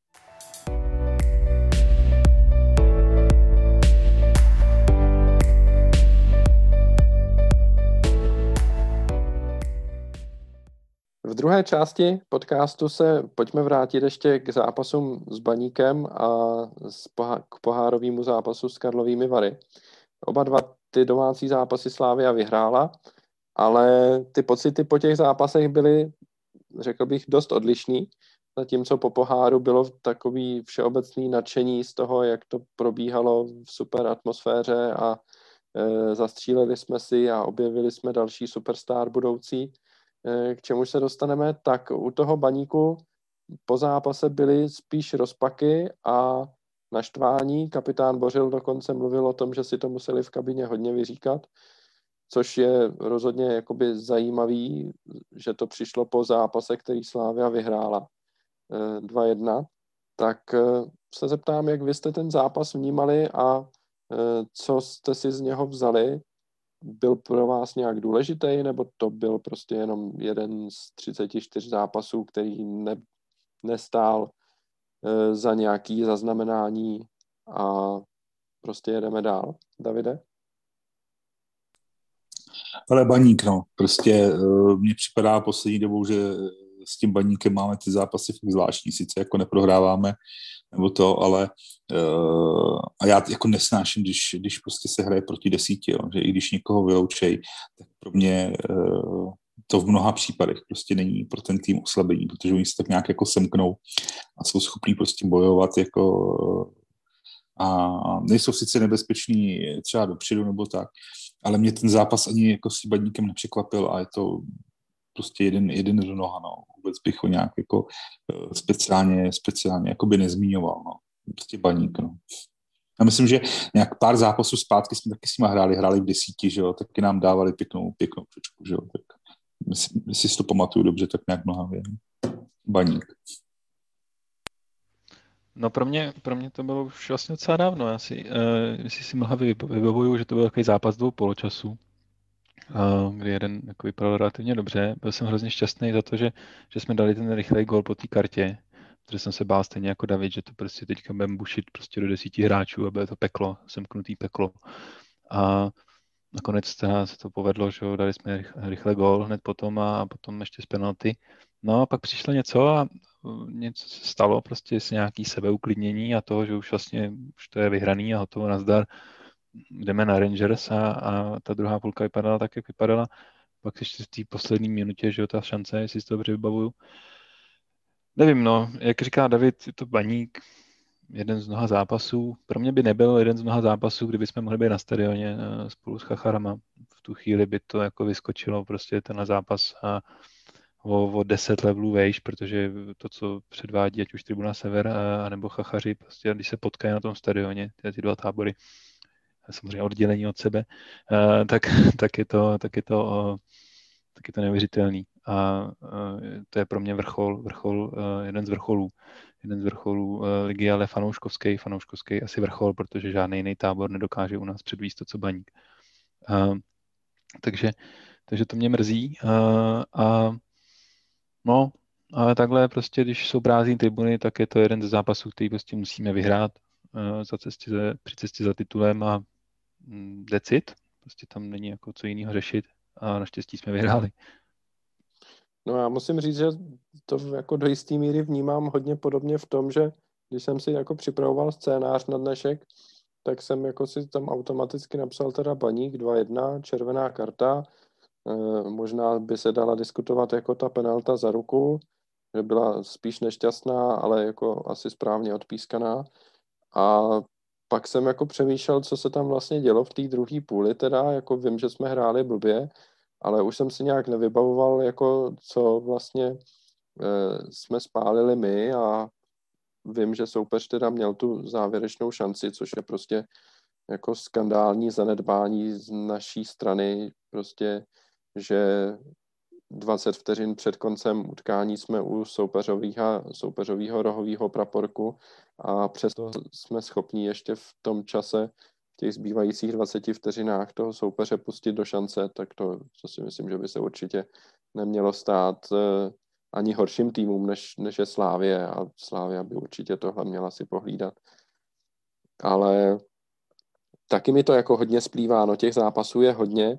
V druhé části podcastu se pojďme vrátit ještě k zápasům s Baníkem a k pohárovému zápasu s Karlovými Vary. Oba dva ty domácí zápasy Slavia vyhrála, ale ty pocity po těch zápasech byly, řekl bych, dost odlišný, zatímco po poháru bylo takový všeobecný nadšení z toho, jak to probíhalo v super atmosféře a zastříleli jsme si a objevili jsme další superstar budoucí, k čemu se dostaneme, tak u toho Baníku po zápase byly spíš rozpaky a naštvání. Kapitán Bořil dokonce mluvil o tom, že si to museli v kabině hodně vyříkat, což je rozhodně jakoby zajímavý, že to přišlo po zápase, který Slavia vyhrála 2-1. Tak se zeptám, jak vy jste ten zápas vnímali a co jste si z něho vzali. Byl pro vás nějak důležitý, nebo to byl prostě jenom jeden z 34 zápasů, který nestál za nějaký zaznamenání a prostě jedeme dál. Davide? Ale Baník, no, prostě mně připadá poslední dobou, že s tím Baníkem máme ty zápasy fakt zvláštní, sice jako neprohráváme, nebo to, ale a já jako nesnáším, když prostě se hraje proti 10, jo, že i když někoho vyloučej, tak pro mě to v mnoha případech prostě není pro ten tým oslabení, protože oni se tak nějak jako semknou a jsou schopní prostě bojovat jako a nejsou sice nebezpeční třeba dopředu nebo tak, ale mě ten zápas ani jako s Baníkem nepřekvapil a je to prostě jeden do noha, no. Vůbec bych ho nějak jako speciálně jako by nezmiňoval, no. Prostě Baník, no. Já myslím, že nějak pár zápasů zpátky jsme taky s nimi hráli v 10, že jo, taky nám dávali pěknou přečku, že jo, tak jestli si to pamatuju dobře, tak nějak Mlhavě. Baník. No pro mě to bylo už vlastně docela dávno. Jestli si Mlhavě vybavuju, že to byl takový zápas 2 poločasů, kdy jeden jako vypadal relativně dobře. Byl jsem hrozně šťastný za to, že jsme dali ten rychlej gól po té kartě, protože jsem se bál stejně jako David, že to prostě teďka budeme bušit prostě do 10 hráčů a bude to peklo, semknutý peklo. A nakonec se to povedlo, že dali jsme rychle gól hned potom a potom ještě z penalty. No a pak přišlo něco a něco se stalo prostě s nějaký sebeuklidnění a toho, že už vlastně už to je vyhraný a hotovo, nazdar. Jdeme na Rangers a ta druhá půlka vypadala tak, jak vypadala. Pak ještě v té poslední minutě, že jo, ta šance, jestli si to dobře vybavuju. Nevím, no, jak říká David, je to Baník, jeden z mnoha zápasů. Pro mě by nebyl jeden z mnoha zápasů, kdyby jsme mohli být na stadioně spolu s Chacharama. V tu chvíli by to jako vyskočilo prostě tenhle zápas a o 10 levelů vejš, protože to, co předvádí, ať už Tribuna Sever a nebo Chachaři, prostě když se potkají na tom stadioně, ty dva tábory, samozřejmě oddělení od sebe, tak je to neuvěřitelný. A to je pro mě jeden z vrcholů ligy, ale fanouškovský asi vrchol, protože žádný jiný tábor nedokáže u nás předvíst to, co Baník. Takže to mě mrzí. No, ale takhle prostě, když jsou prázdné tribuny, tak je to jeden ze zápasů, který prostě musíme vyhrát při cestě za titulem a decit. Prostě tam není jako co jiného řešit a naštěstí jsme vyhráli. No já musím říct, že to jako do jisté míry vnímám hodně podobně v tom, že když jsem si jako připravoval scénář na dnešek, tak jsem jako si tam automaticky napsal teda Baník 2-1, červená karta, možná by se dala diskutovat jako ta penalta za ruku, že byla spíš nešťastná, ale jako asi správně odpískaná. A pak jsem jako přemýšlel, co se tam vlastně dělo v té druhé půli, teda jako vím, že jsme hráli blbě, ale už jsem si nějak nevybavoval, jako co vlastně jsme spálili my a vím, že soupeř teda měl tu závěrečnou šanci, což je prostě jako skandální zanedbání z naší strany, prostě, že 20 vteřin před koncem utkání jsme u soupeřového rohového praporku a přesto jsme schopni ještě v tom čase, v těch zbývajících 20 vteřinách toho soupeře pustit do šance, tak to si myslím, že by se určitě nemělo stát ani horším týmům, než je Slavie, a Slavia by určitě tohle měla si pohlídat. Ale taky mi to jako hodně splývá, no těch zápasů je hodně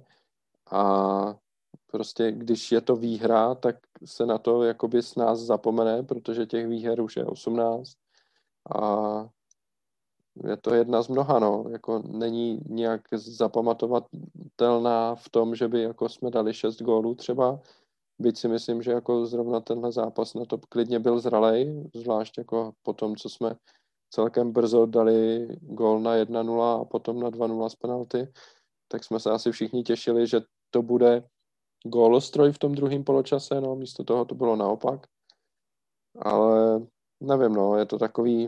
a prostě když je to výhra, tak se na to jakoby s nás zapomene, protože těch výher už je 18 a je to jedna z mnoha, no, jako není nějak zapamatovatelná v tom, že by jako jsme dali 6 gólů třeba, byť si myslím, že jako zrovna tenhle zápas na to klidně byl zralej, zvlášť jako po tom, co jsme celkem brzo dali gól na 1-0 a potom na 2-0 z penalty, tak jsme se asi všichni těšili, že to bude gólostroj v tom druhém poločase, no, místo toho to bylo naopak. Ale nevím, no, je to takový...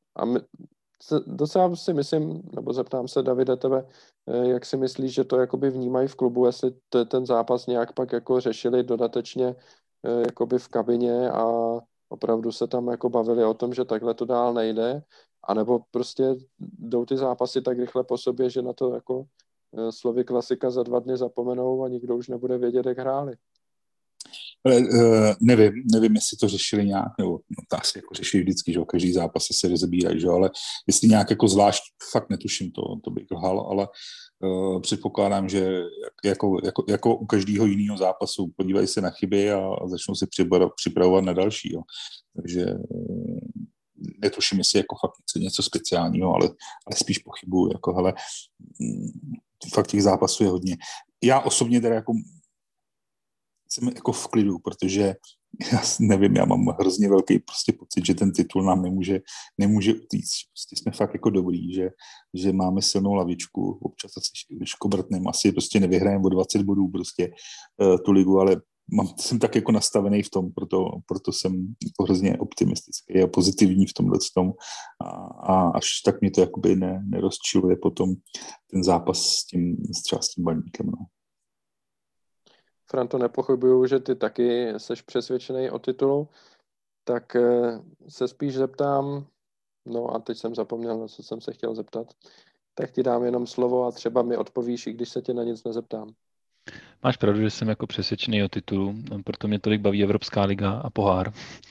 docela si myslím, nebo zeptám se, Davide, tebe, jak si myslíš, že to jakoby vnímají v klubu, jestli ten zápas nějak pak jako řešili dodatečně jakoby v kabině a opravdu se tam jako bavili o tom, že takhle to dál nejde, anebo prostě jdou ty zápasy tak rychle po sobě, že na to jako slovy klasika za 2 dny zapomenou a nikdo už nebude vědět, jak hráli. Ale, nevím, jestli to řešili nějak, nebo no, to asi jako řešili vždycky, že každý zápas se rozebírají, že ale jestli nějak jako zvlášť, fakt netuším, to bych lhal, ale předpokládám, že jako u každého jiného zápasu podívají se na chyby a začnou se připravovat na další. Jo. Takže netuším, jestli jako fakt něco speciálního, ale spíš pochybuju. Jako, hele, fakt těch zápasů je hodně. Já osobně teda jako jsem jako v klidu, protože já nevím, já mám hrozně velký prostě pocit, že ten titul nám nemůže utíct. Prostě jsme fakt jako dobrý, že máme silnou lavičku, občas asi škobrtným, asi prostě nevyhrajeme o 20 bodů prostě tu ligu, ale jsem tak jako nastavený v tom, proto jsem jako hrozně optimistický a pozitivní v tomhle tom a až tak mě to jakoby nerozčiluje potom ten zápas třeba s tím Baníkem, no. Franto, nepochybuju, že ty taky seš přesvědčený o titulu, tak se spíš zeptám, no a teď jsem zapomněl, na co jsem se chtěl zeptat, tak ti dám jenom slovo a třeba mi odpovíš, i když se tě na nic nezeptám. Máš pravdu, že jsem jako přesvědčený o titulu, proto mě tolik baví Evropská liga a pohár.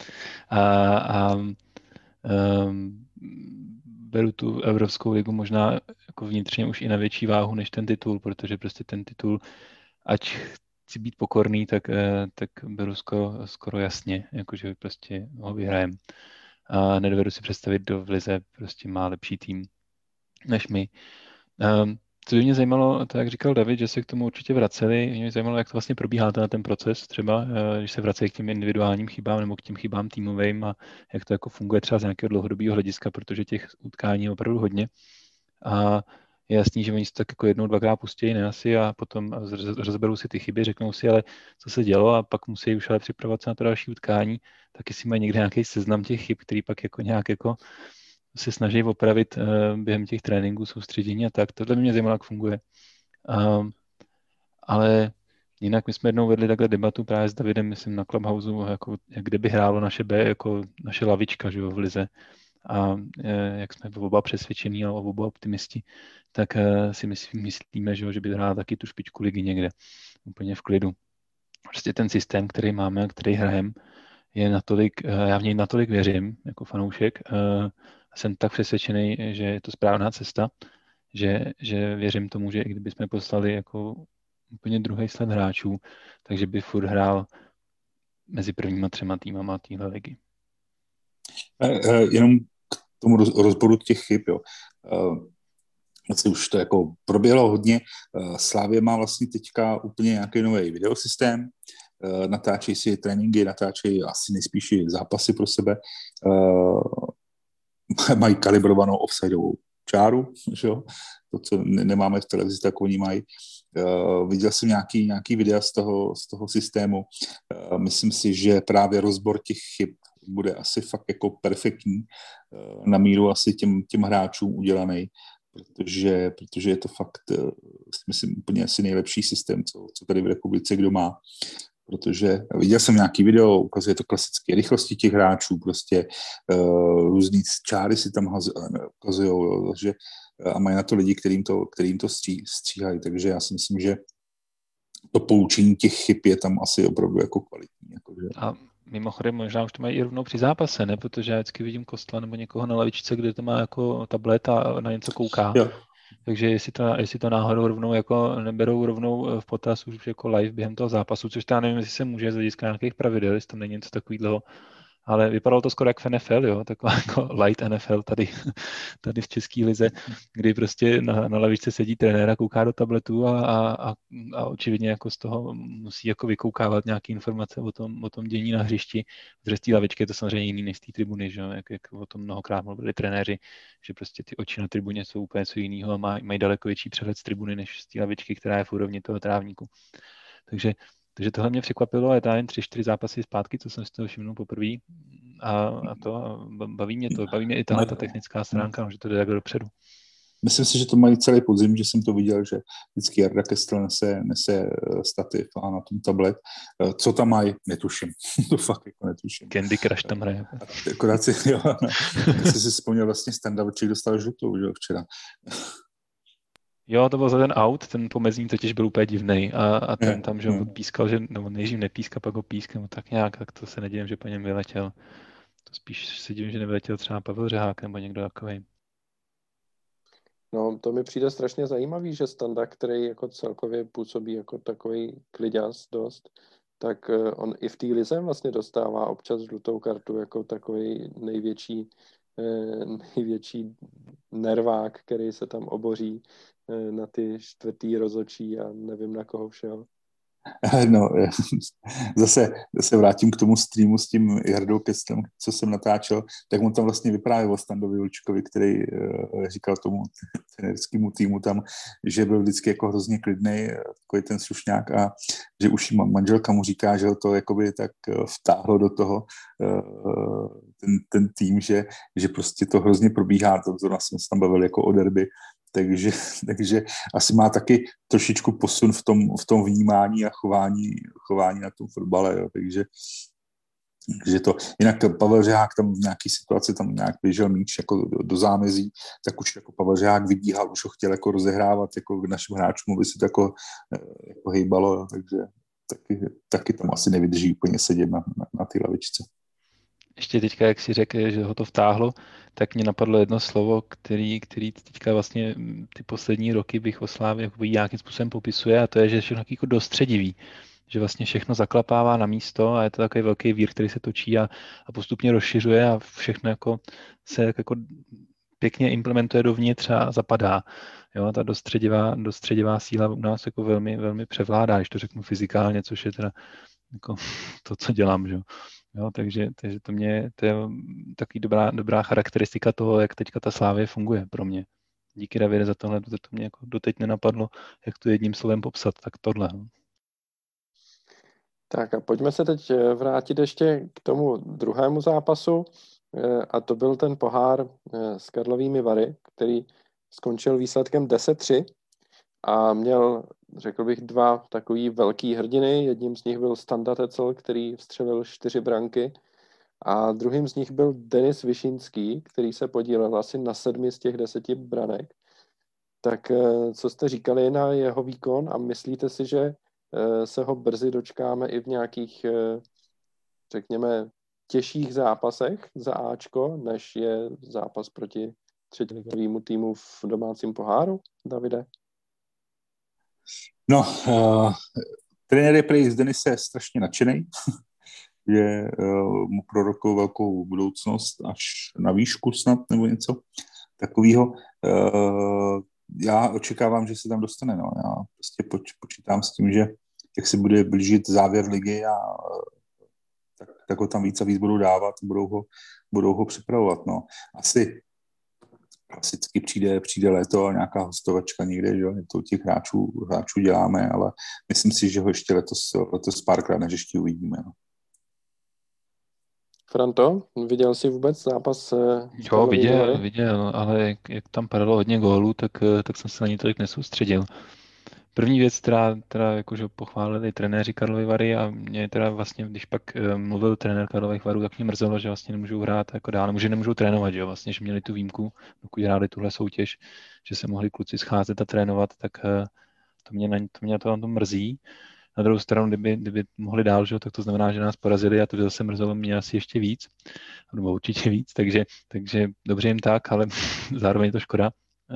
Beru tu Evropskou ligu možná jako vnitřně už i na větší váhu než ten titul, protože prostě ten titul, ať chci být pokorný, tak beru skoro jasně, jakože prostě ho vyhrajem. A nedovedu si představit, kdo v lize prostě má lepší tým než my. Co by mě zajímalo, to jak říkal David, že se k tomu určitě vraceli, mě zajímalo, jak to vlastně probíhá ten proces, třeba když se vracejí k těm individuálním chybám nebo k těm chybám týmovým a jak to jako funguje třeba z nějakého dlouhodobého hlediska, protože těch utkání je opravdu hodně. A je jasný, že oni se tak jako jednou, dvakrát pustí, ne asi, a potom rozberou si ty chyby, řeknou si, ale co se dělo a pak musí už ale připravovat se na to další utkání, tak jestli mají někde nějaký seznam těch chyb, který pak jako nějak jako se snaží opravit během těch tréninků, soustředění a tak. Tohle by mě zajímalo, jak funguje. Ale jinak my jsme jednou vedli takhle debatu právě s Davidem, myslím, na Clubhouse, jako, kde by hrálo naše B, jako naše lavička, že jo, v lize. A jak jsme oba přesvědčení a oba optimisti, tak si myslíme, že by hrála taky tu špičku ligy někde. Úplně v klidu. Prostě ten systém, který máme a který hrajeme, je natolik, já v něj natolik věřím, jako fanoušek, jsem tak přesvědčený, že je to správná cesta, že věřím tomu, že i kdyby jsme poslali jako úplně druhý sled hráčů, takže by furt hrál mezi prvníma 3 týmama téhle ligy. Jenom k tomu rozboru těch chyb, jo. Vlastně už to jako proběhlo hodně. Slavia má vlastně teďka úplně nějaký nový videosystém, natáčejí si tréninky, natáčejí asi nejspíš zápasy pro sebe, mají kalibrovanou offsideovou čáru, že jo? To, co nemáme v televizi, tak oni mají. Viděl jsem nějaký videa z toho systému. Myslím si, že právě rozbor těch chyb bude asi fakt jako perfektní, na míru asi těm hráčům udělaný, protože je to fakt, myslím, úplně asi nejlepší systém, co tady v republice kdo má. Protože viděl jsem nějaký video, ukazuje to klasické rychlosti těch hráčů, prostě různý čáry si tam ukazujou, že a mají na to lidi, kterým to stříhají, takže já si myslím, že to poučení těch chyb je tam asi opravdu jako kvalitní. Jakože. A mimochodem možná už to mají i rovnou při zápase, ne? Protože já vždycky vidím Kostla nebo někoho na lavičce, kde to má jako tablet a na něco kouká. Jo. Takže jestli to náhodou rovnou jako neberou rovnou v potaz už jako live během toho zápasu, což já nevím, jestli se může z hlediska nějakých pravidel, jestli tam není něco takového, ale vypadalo to skoro jak v NFL, jo, taková jako light NFL tady v české lize, kdy prostě na lavičce sedí trenér a kouká do tabletu a očividně jako z toho musí jako vykoukávat nějaké informace o tom dění na hřišti. Z té lavičky je to samozřejmě jiný než z té tribuny, že jo, jak o tom mnohokrát mluvili trenéři, že prostě ty oči na tribuně jsou úplně co jiného a mají daleko větší přehled z tribuny než z té lavičky, která je v úrovni toho trávníku. Takže tohle mě překvapilo, ale já jen 3-4 zápasy zpátky, co jsem si toho všimnul poprvé a baví mě i tahle ta technická stránka, že to jde takhle dopředu. Myslím si, že to mají celý podzim, že jsem to viděl, že vždycky Jarda Kestl nese stativ a na tom tablet. Co tam mají, netuším. To fakt jako netuším. Candy Crush tam hraje. Akorát si vzpomněl vlastně Standa, určitě dostal žlutou, že včera. Jo, to byl za ten aut, ten pomezní totiž byl úplně divnej a ten tam, že odpískal, že, nebo nejdřív nepískal, pak ho pískal, no tak nějak, tak to se nedivím, že po něm vyletěl. To spíš se divím, že nevyletěl třeba Pavel Řehák nebo někdo takovej. No, to mi přijde strašně zajímavý, že Standa, který jako celkově působí jako takový kliďas dost, tak on i v té lize vlastně dostává občas žlutou kartu jako takový největší nervák, který se tam oboří na ty čtvrtý rozhodčí a nevím na koho všeho. No, zase vrátím k tomu streamu s tím Jardou Keslem, co jsem natáčel, tak on tam vlastně vyprávěl o Standovi Vlčkovi, který říkal tomu trenerskému týmu tam, že byl vždycky jako hrozně klidnej, takový ten slušňák a že už manželka mu říká, že ho to jakoby tak vtáhlo do toho ten tým, že prostě to hrozně probíhá, to zrovna jsem se tam bavil jako o derby, takže asi má taky trošičku posun v tom vnímání a chování na tom fotbale, jo. Takže to, jinak Pavel Řehák tam v nějaké situaci tam nějak běžel míč jako do zámezí, tak už jako Pavel Řehák vydíhal, už ho chtěl jako rozehrávat jako k našim hráčům, aby se to jako hejbalo, jo. Takže taky tam asi nevydrží úplně sedět na té lavičce. Ještě teďka, jak si řekl, že ho to vtáhlo, tak mě napadlo jedno slovo, který teďka vlastně ty poslední roky bych o Slávě nějakým způsobem popisuje, a to je, že je všechno jako dostředivý. Že vlastně všechno zaklapává na místo a je to takový velký vír, který se točí a postupně rozšiřuje a všechno jako se jako pěkně implementuje dovnitř a zapadá. Jo, ta dostředivá síla u nás jako velmi, velmi převládá, když to řeknu fyzikálně, což je teda jako to, co dělám, že? Jo, takže to je taky dobrá charakteristika toho, jak teďka ta Slávie funguje pro mě. Díky, Davide, za tohle, to mě jako doteď nenapadlo, jak to jedním slovem popsat, tak tohle. No. Tak a pojďme se teď vrátit ještě k tomu druhému zápasu, a to byl ten pohár s Karlovými Vary, který skončil výsledkem 10-3 a měl, řekl bych, dva takový velký hrdiny. Jedním z nich byl Standa Tecl, který vstřelil 4 branky, a druhým z nich byl Denis Višinský, který se podílel asi na 7 z těch 10 branek. Tak co jste říkali na jeho výkon a myslíte si, že se ho brzy dočkáme i v nějakých, řekněme, těžších zápasech za Ačko, než je zápas proti třetiligovému týmu v domácím poháru, Davide? No, trenér je prej z Denise strašně nadšený, že mu prorokují velkou budoucnost až na výšku snad, nebo něco takového. Já očekávám, že se tam dostane. No. Já prostě počítám s tím, že jak se bude blížit závěr ligy, a tak ho tam víc a víc budou dávat, budou ho připravovat. No. Asi klasicky přijde léto a nějaká hostovačka někde, že to u těch hráčů děláme, ale myslím si, že ho ještě letos párkrát než ještě uvidíme. No. Franto, viděl jsi vůbec zápas? Jo, viděl, ale jak tam padalo hodně gólů, tak jsem se na ní tolik nesoustředil. První věc, která jakože pochválili trenéři Karlovy Vary, a mě teda vlastně, když pak mluvil trenér Karlových Varů, tak mě mrzelo, že vlastně nemůžou hrát jako dál, že nemůžou trénovat, že jo, vlastně, že měli tu výjimku, dokud hráli tuhle soutěž, že se mohli kluci scházet a trénovat, tak to mě na to mrzí. Na druhou stranu, kdyby mohli dál, že, tak to znamená, že nás porazili, a to by zase mrzelo mě asi ještě víc, nebo určitě víc, takže dobře jim tak, ale zároveň je to škoda.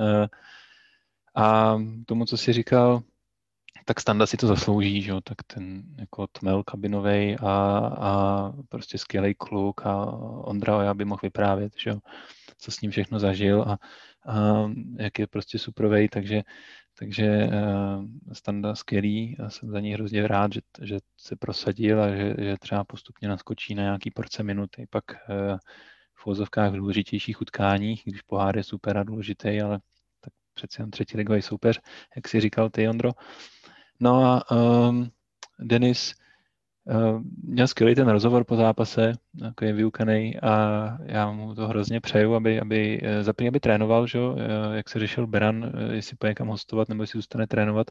A tomu, co jsi říkal, tak Standa si to zaslouží, že? Tak ten jako tmel kabinovej a prostě skvělej kluk, a Ondra já by mohl vyprávět, že? Co s ním všechno zažil a jak je prostě suprovej, takže Standa skvělý, a jsem za něj hrozně rád, že se prosadil a že třeba postupně naskočí na nějaký porce minuty, pak v uvozovkách v důležitějších utkáních, když pohár je super a důležitý, ale tak přeci jen třetiligový soupeř, jak si říkal ty, Ondro. No a Denis měl skvělý ten rozhovor po zápase, takový vyukanej, a já mu to hrozně přeju, aby trénoval, že? Jak se řešil Beran, jestli půjde někam hostovat nebo jestli zůstane trénovat,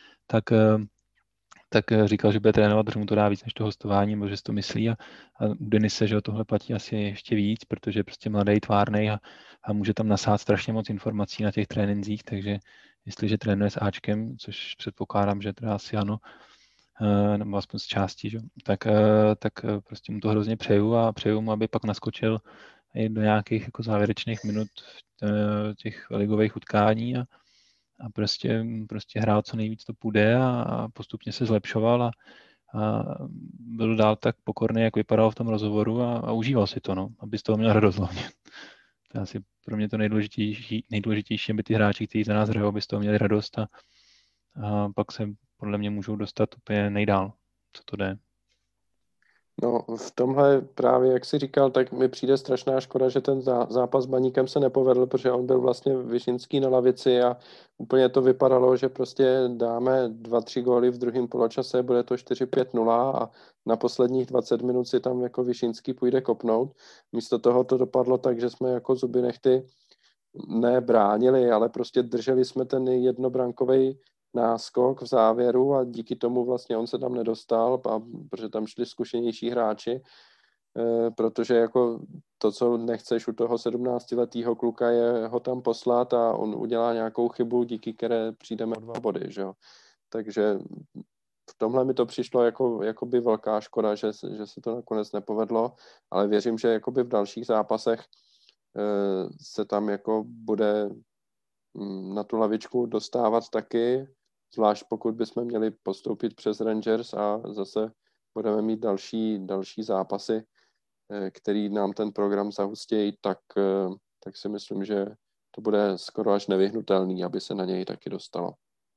tak říkal, že bude trénovat, protože mu to dá víc než to hostování, nebo že si to myslí, a u Denise, že tohle platí asi ještě víc, protože je prostě mladý, tvárnej a může tam nasát strašně moc informací na těch trénincích, takže jestliže trénuje s Ačkem, což předpokládám, že teda asi ano, nebo aspoň z části, že? Tak prostě mu to hrozně přeju a přeju mu, aby pak naskočil i do nějakých jako závěrečných minut v těch ligových utkání a prostě hrál co nejvíc to půjde a postupně se zlepšoval a byl dál tak pokorný, jak vypadal v tom rozhovoru a užíval si to, no, aby z toho měl radost hlavně. To je asi pro mě to nejdůležitější, aby ty hráči, kteří za nás hrajou, aby z toho měli radost a pak se podle mě můžou dostat úplně nejdál, co to jde. No, v tomhle právě, jak jsi říkal, tak mi přijde strašná škoda, že ten zápas s Baníkem se nepovedl, protože on byl vlastně Višinský na lavici a úplně to vypadalo, že prostě dáme 2-3 góly v druhém poločase, bude to 4-5-0 a na posledních 20 minut si tam jako Višinský půjde kopnout. Místo toho to dopadlo tak, že jsme jako zuby nehty nebránili, ale prostě drželi jsme ten jednobrankový náskok v závěru a díky tomu vlastně on se tam nedostal, protože tam šli zkušenější hráči, protože jako to, co nechceš u toho 17letého kluka, je ho tam poslat a on udělá nějakou chybu, díky které přijdeme o 2 body, že jo. Takže v tomhle mi to přišlo jako by velká škoda, že se to nakonec nepovedlo, ale věřím, že jakoby v dalších zápasech se tam jako bude na tu lavičku dostávat taky, zvlášť pokud bychom měli postoupit přes Rangers a zase budeme mít další zápasy, který nám ten program zahustějí, tak si myslím, že to bude skoro až nevyhnutelný, aby se na něj taky dostalo.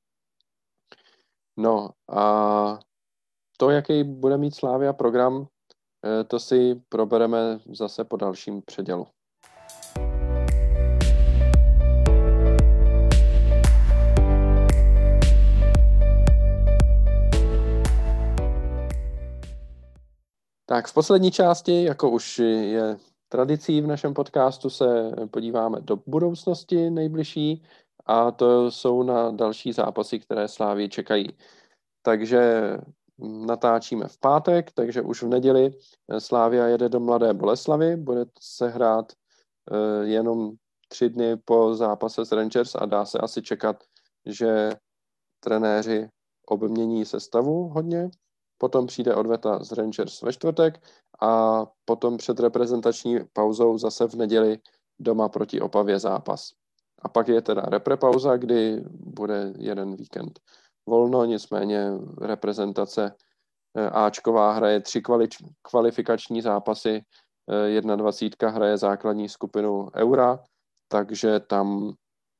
No a to, jaký bude mít Slavia program, to si probereme zase po dalším předělu. Tak v poslední části, jako už je tradicí v našem podcastu, se podíváme do budoucnosti nejbližší a to jsou na další zápasy, které Slávii čekají. Takže natáčíme v pátek, takže už v neděli Slavia jede do Mladé Boleslavi, bude se hrát jenom 3 dny po zápase s Rangers a dá se asi čekat, že trenéři obmění sestavu hodně. Potom přijde odveta z Rangers ve čtvrtek a potom před reprezentační pauzou zase v neděli doma proti Opavě zápas. A pak je teda reprepauza, kdy bude jeden víkend volno, nicméně reprezentace Ačková hraje 3 kvalifikační zápasy, 21 hraje základní skupinu Eura, takže tam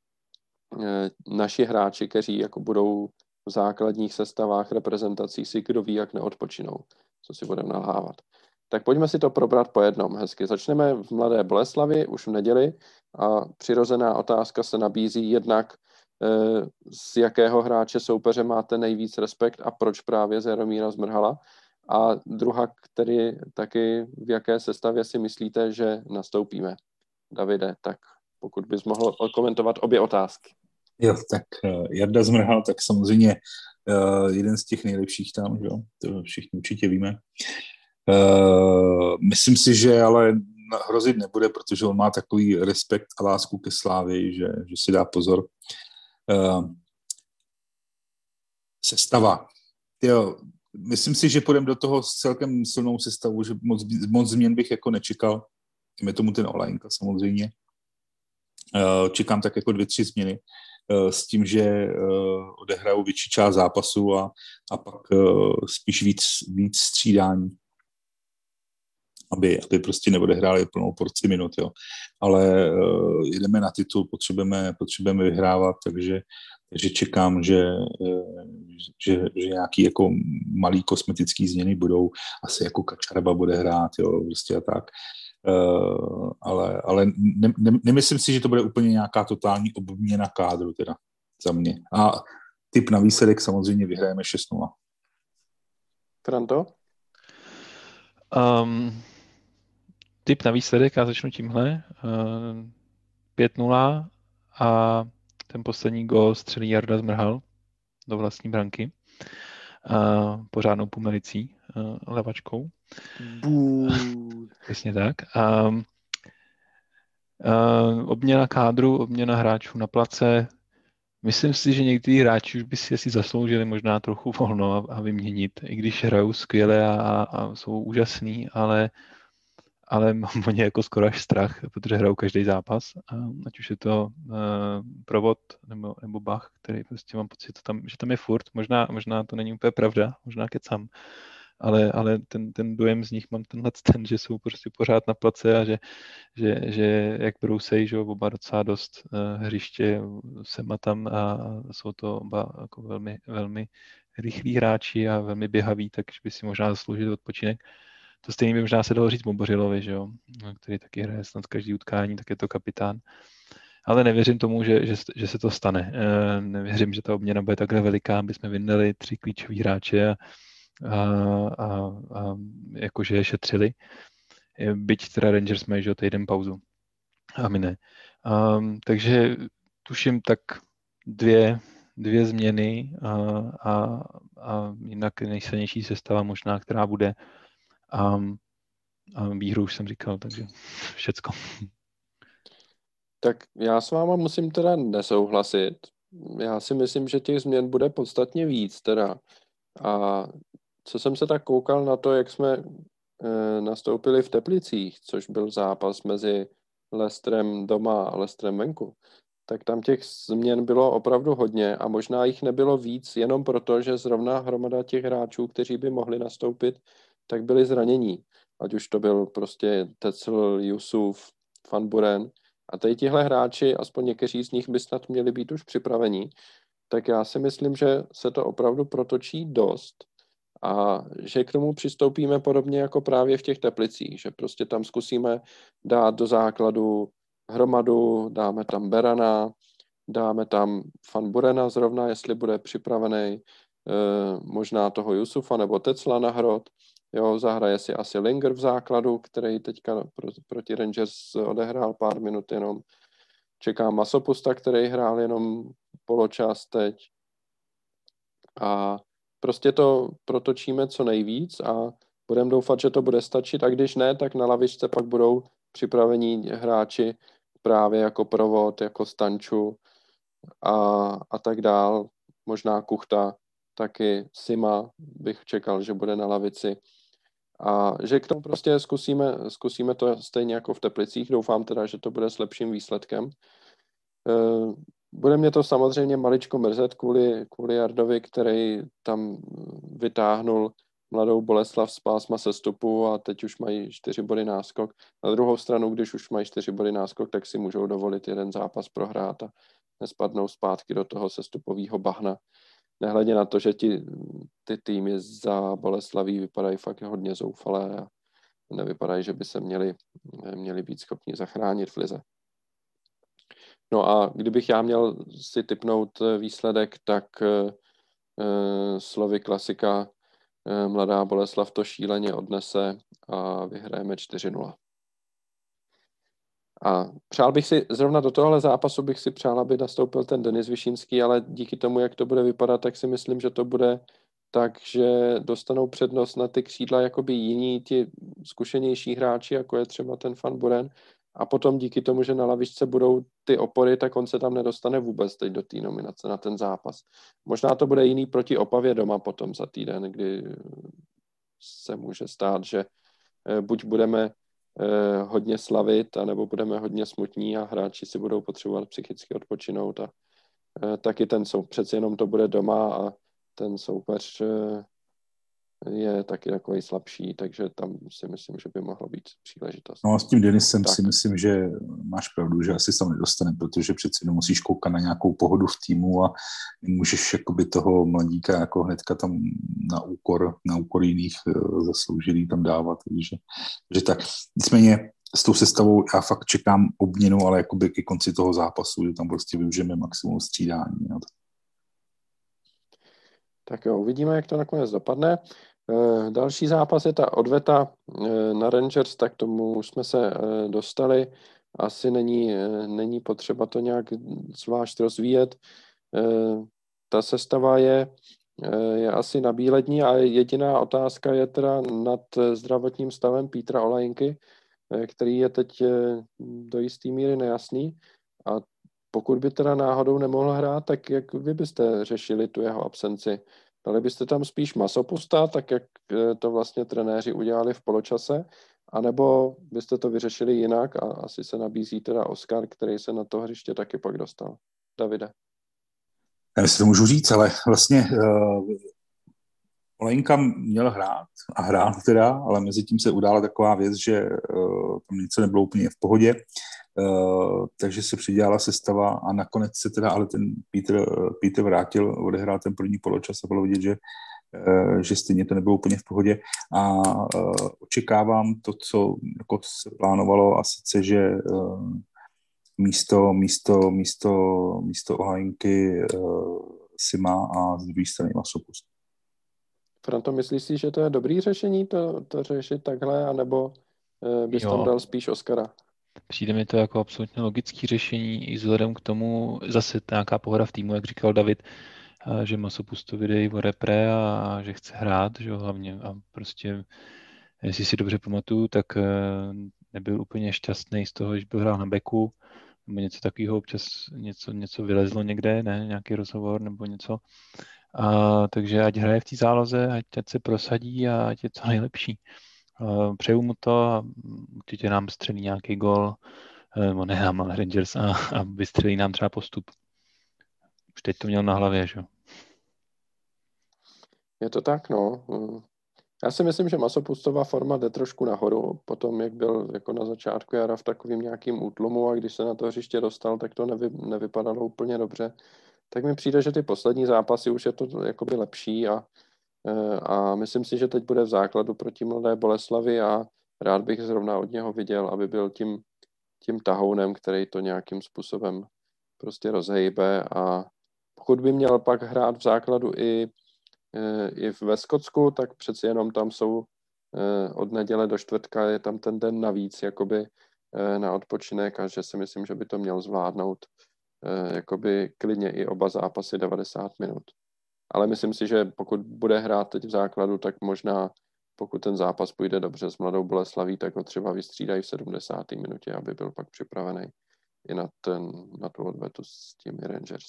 naši hráči, kteří jako budou v základních sestavách reprezentací, si kdo ví, jak neodpočinou, co si budeme nalhávat. Tak pojďme si to probrat po jednom hezky. Začneme v Mladé Boleslavi už v neděli a přirozená otázka se nabízí jednak, z jakého hráče soupeře máte nejvíc respekt a proč právě z Jaromíra Zmrhala. A druhá, který taky v jaké sestavě si myslíte, že nastoupíme. Davide, tak pokud bys mohl komentovat obě otázky. Jo, tak Jarda Zmrhal, tak samozřejmě jeden z těch nejlepších tam, jo? To všichni určitě víme. Myslím si, že ale hrozit nebude, protože on má takový respekt a lásku ke Slávii, že si dá pozor. Sestava. Jo, myslím si, že půjdeme do toho s celkem silnou sestavu, že moc změn bych jako nečekal. Je tomu ten Olajnka samozřejmě. Čekám tak jako 2-3 změny s tím, že odehrajou větší část zápasu a pak spíš víc střídání, aby prostě neodehráli plnou porci minut, jo. Ale jedeme na titul, potřebujeme vyhrávat, takže čekám, že nějaký jako malý kosmetický změny budou, asi jako Kačaraba bude hrát, jo, prostě a tak. Ale nemyslím si, že to bude úplně nějaká totální obměna kádru teda za mě. A tip na výsledek samozřejmě vyhrajeme 6-0. Franto? Tip na výsledek, já začnu tímhle. 5-0 a ten poslední gól střelí Jarda Zmrhal do vlastní branky. Pořádnou pumelicí, levačkou. Přesně tak. Obměna kádru, obměna hráčů na place. Myslím si, že někteří hráči už by si asi zasloužili možná trochu volno a vyměnit, i když hrajou skvěle a jsou úžasný, ale mám o ně jako skoro až strach, protože hrajou každý zápas, ať už je to Provod nebo Bach, který prostě mám pocit, že tam je furt, možná to není úplně pravda, možná kecám, ale ten dojem z nich mám že jsou prostě pořád na place a že jak brousej, že oba docela dost hřiště sem a tam a jsou to oba jako velmi, velmi rychlí hráči a velmi běhaví, takže by si možná zasloužili odpočinek. To stejně by možná se dalo říct Bobořilovi, že jo, který taky hraje snad každý utkání, tak je to kapitán. Ale nevěřím tomu, že se to stane. Nevěřím, že ta obměna bude takhle veliká, aby jsme vyndali 3 klíčový hráče a jakože je šetřili. Byť teda Rangers mají, že týden pauzu. A my ne. Takže tuším tak dvě změny a jinak nejsilnější sestava možná, která bude. A výhru už jsem říkal, takže všecko. Tak já s váma musím teda nesouhlasit. Já si myslím, že těch změn bude podstatně víc teda. A co jsem se tak koukal na to, jak jsme nastoupili v Teplicích, což byl zápas mezi Leicesterem doma a Leicesterem venku, tak tam těch změn bylo opravdu hodně a možná jich nebylo víc jenom proto, že zrovna hromada těch hráčů, kteří by mohli nastoupit, tak byli zranění. Ať už to byl prostě Tecl, Yusuf, Van Buren. A tady tihle hráči, aspoň někteří z nich by snad měli být už připravení, tak já si myslím, že se to opravdu protočí dost a že k tomu přistoupíme podobně jako právě v těch Teplicích, že prostě tam zkusíme dát do základu hromadu, dáme tam Berana, dáme tam Van Burena zrovna, jestli bude připravený, možná toho Yusufa nebo Tecla na hrot, jo, zahraje si asi Linger v základu, který teďka proti Rangers odehrál pár minut jenom. Čekám Masopusta, který hrál jenom poločas teď. A prostě to protočíme co nejvíc a budeme doufat, že to bude stačit. A když ne, tak na lavičce pak budou připravení hráči právě jako Provod, jako Stanču a tak dál. Možná Kuchta, taky Sima bych čekal, že bude na lavici. A že k tomu prostě zkusíme to stejně jako v Teplicích. Doufám teda, že to bude s lepším výsledkem. Bude mě to samozřejmě maličko mrzet kvůli Jardovi, který tam vytáhnul Mladou Boleslav z pásma sestupu a teď už mají 4 body náskok. Na druhou stranu, když už mají 4 body náskok, tak si můžou dovolit jeden zápas prohrát a nespadnou zpátky do toho sestupového bahna. Nehledě na to, že ty týmy za Boleslaví vypadají fakt hodně zoufalé a nevypadají, že by se měli být schopni zachránit v lize. No a kdybych já měl si tipnout výsledek, tak slovy klasika Mladá Boleslav to šíleně odnese a vyhrajeme 4-0. A přál bych si, zrovna do tohohle zápasu bych si přál, aby nastoupil ten Denis Višinský, ale díky tomu, jak to bude vypadat, tak si myslím, že to bude tak, že dostanou přednost na ty křídla jakoby jiní ti zkušenější hráči, jako je třeba ten Van Buren. A potom díky tomu, že na lavičce budou ty opory, tak on se tam nedostane vůbec teď do té nominace na ten zápas. Možná to bude jiný proti Opavě doma potom za týden, kdy se může stát, že buď budeme hodně slavit, anebo budeme hodně smutní a hráči si budou potřebovat psychicky odpočinout a taky přeci jenom to bude doma a ten soupeř je taky takový slabší, takže tam si myslím, že by mohlo být příležitost. No a s tím Denisem si myslím, že máš pravdu, že asi se tam nedostane, protože přeci musíš koukat na nějakou pohodu v týmu a můžeš jakoby toho mladíka jako hnedka tam na úkor jiných zasloužilých tam dávat, takže tak. Nicméně s tou sestavou já fakt čekám obměnu, ale jakoby ke konci toho zápasu, že tam prostě využijeme maximum střídání. No. Tak jo, uvidíme, jak to nakonec dopadne. Další zápas je ta odveta na Rangers, tak tomu už jsme se dostali. Asi není potřeba to nějak zvlášť rozvíjet. Ta sestava je asi nabílední a jediná otázka je teda nad zdravotním stavem Petra Olajinky, který je teď do jistý míry nejasný. A pokud by teda náhodou nemohl hrát, tak jak vy byste řešili tu jeho absenci? Dali byste tam spíš Masopusta, tak jak to vlastně trenéři udělali v poločase, anebo byste to vyřešili jinak a asi se nabízí teda Oskar, který se na to hřiště taky pak dostal. Davide. Já si to můžu říct, ale vlastně Olejnka měl hrát a hrál teda, ale mezi tím se udála taková věc, že tam něco nebylo úplně v pohodě, takže se přidělala sestava a nakonec se teda ale ten Peter vrátil, odehrál ten první poločas a bylo vidět, že stejně to nebylo úplně v pohodě a očekávám to, co jako se plánovalo a sice, že místo Olejnky Sima a z druhé strany Masopust. Franto, myslíš si, že to je dobrý řešení, to řešit takhle, anebo bys tam dal spíš Oskara? Přijde mi to jako absolutně logické řešení i vzhledem k tomu, zase nějaká pohoda v týmu, jak říkal David, že Masopustovi dej o repre a že chce hrát, že hlavně a prostě, jestli si dobře pamatuju, tak nebyl úplně šťastný z toho, že byl hrál na beku, nebo něco takového, občas něco vylezlo někde, ne, nějaký rozhovor nebo něco. Takže ať hraje v té záloze, ať se prosadí a ať je co nejlepší. Přeju mu to a určitě nám střelí nějaký gol, nebo ne nám, ale Rangers a vystřelí nám třeba postup. Už teď to měl na hlavě, že jo? Je to tak, no. Já si myslím, že Masopustová forma jde trošku nahoru, potom jak byl jako na začátku jara v takovým nějakým útlumu a když se na to hřiště dostal, tak to nevypadalo úplně dobře. Tak mi přijde, že ty poslední zápasy už je to jakoby lepší a myslím si, že teď bude v základu proti Mladé Boleslavi a rád bych zrovna od něho viděl, aby byl tím tahounem, který to nějakým způsobem prostě rozhejbe a pokud by měl pak hrát v základu i ve Skotsku, tak přeci jenom tam jsou od neděle do čtvrtka je tam ten den navíc jakoby na odpočinek a že si myslím, že by to měl zvládnout jakoby klidně i oba zápasy 90 minut. Ale myslím si, že pokud bude hrát teď v základu, tak možná pokud ten zápas půjde dobře s Mladou Boleslaví, tak ho třeba vystřídají v 70. minutě, aby byl pak připravený i na tu odvetu s těmi Rangers.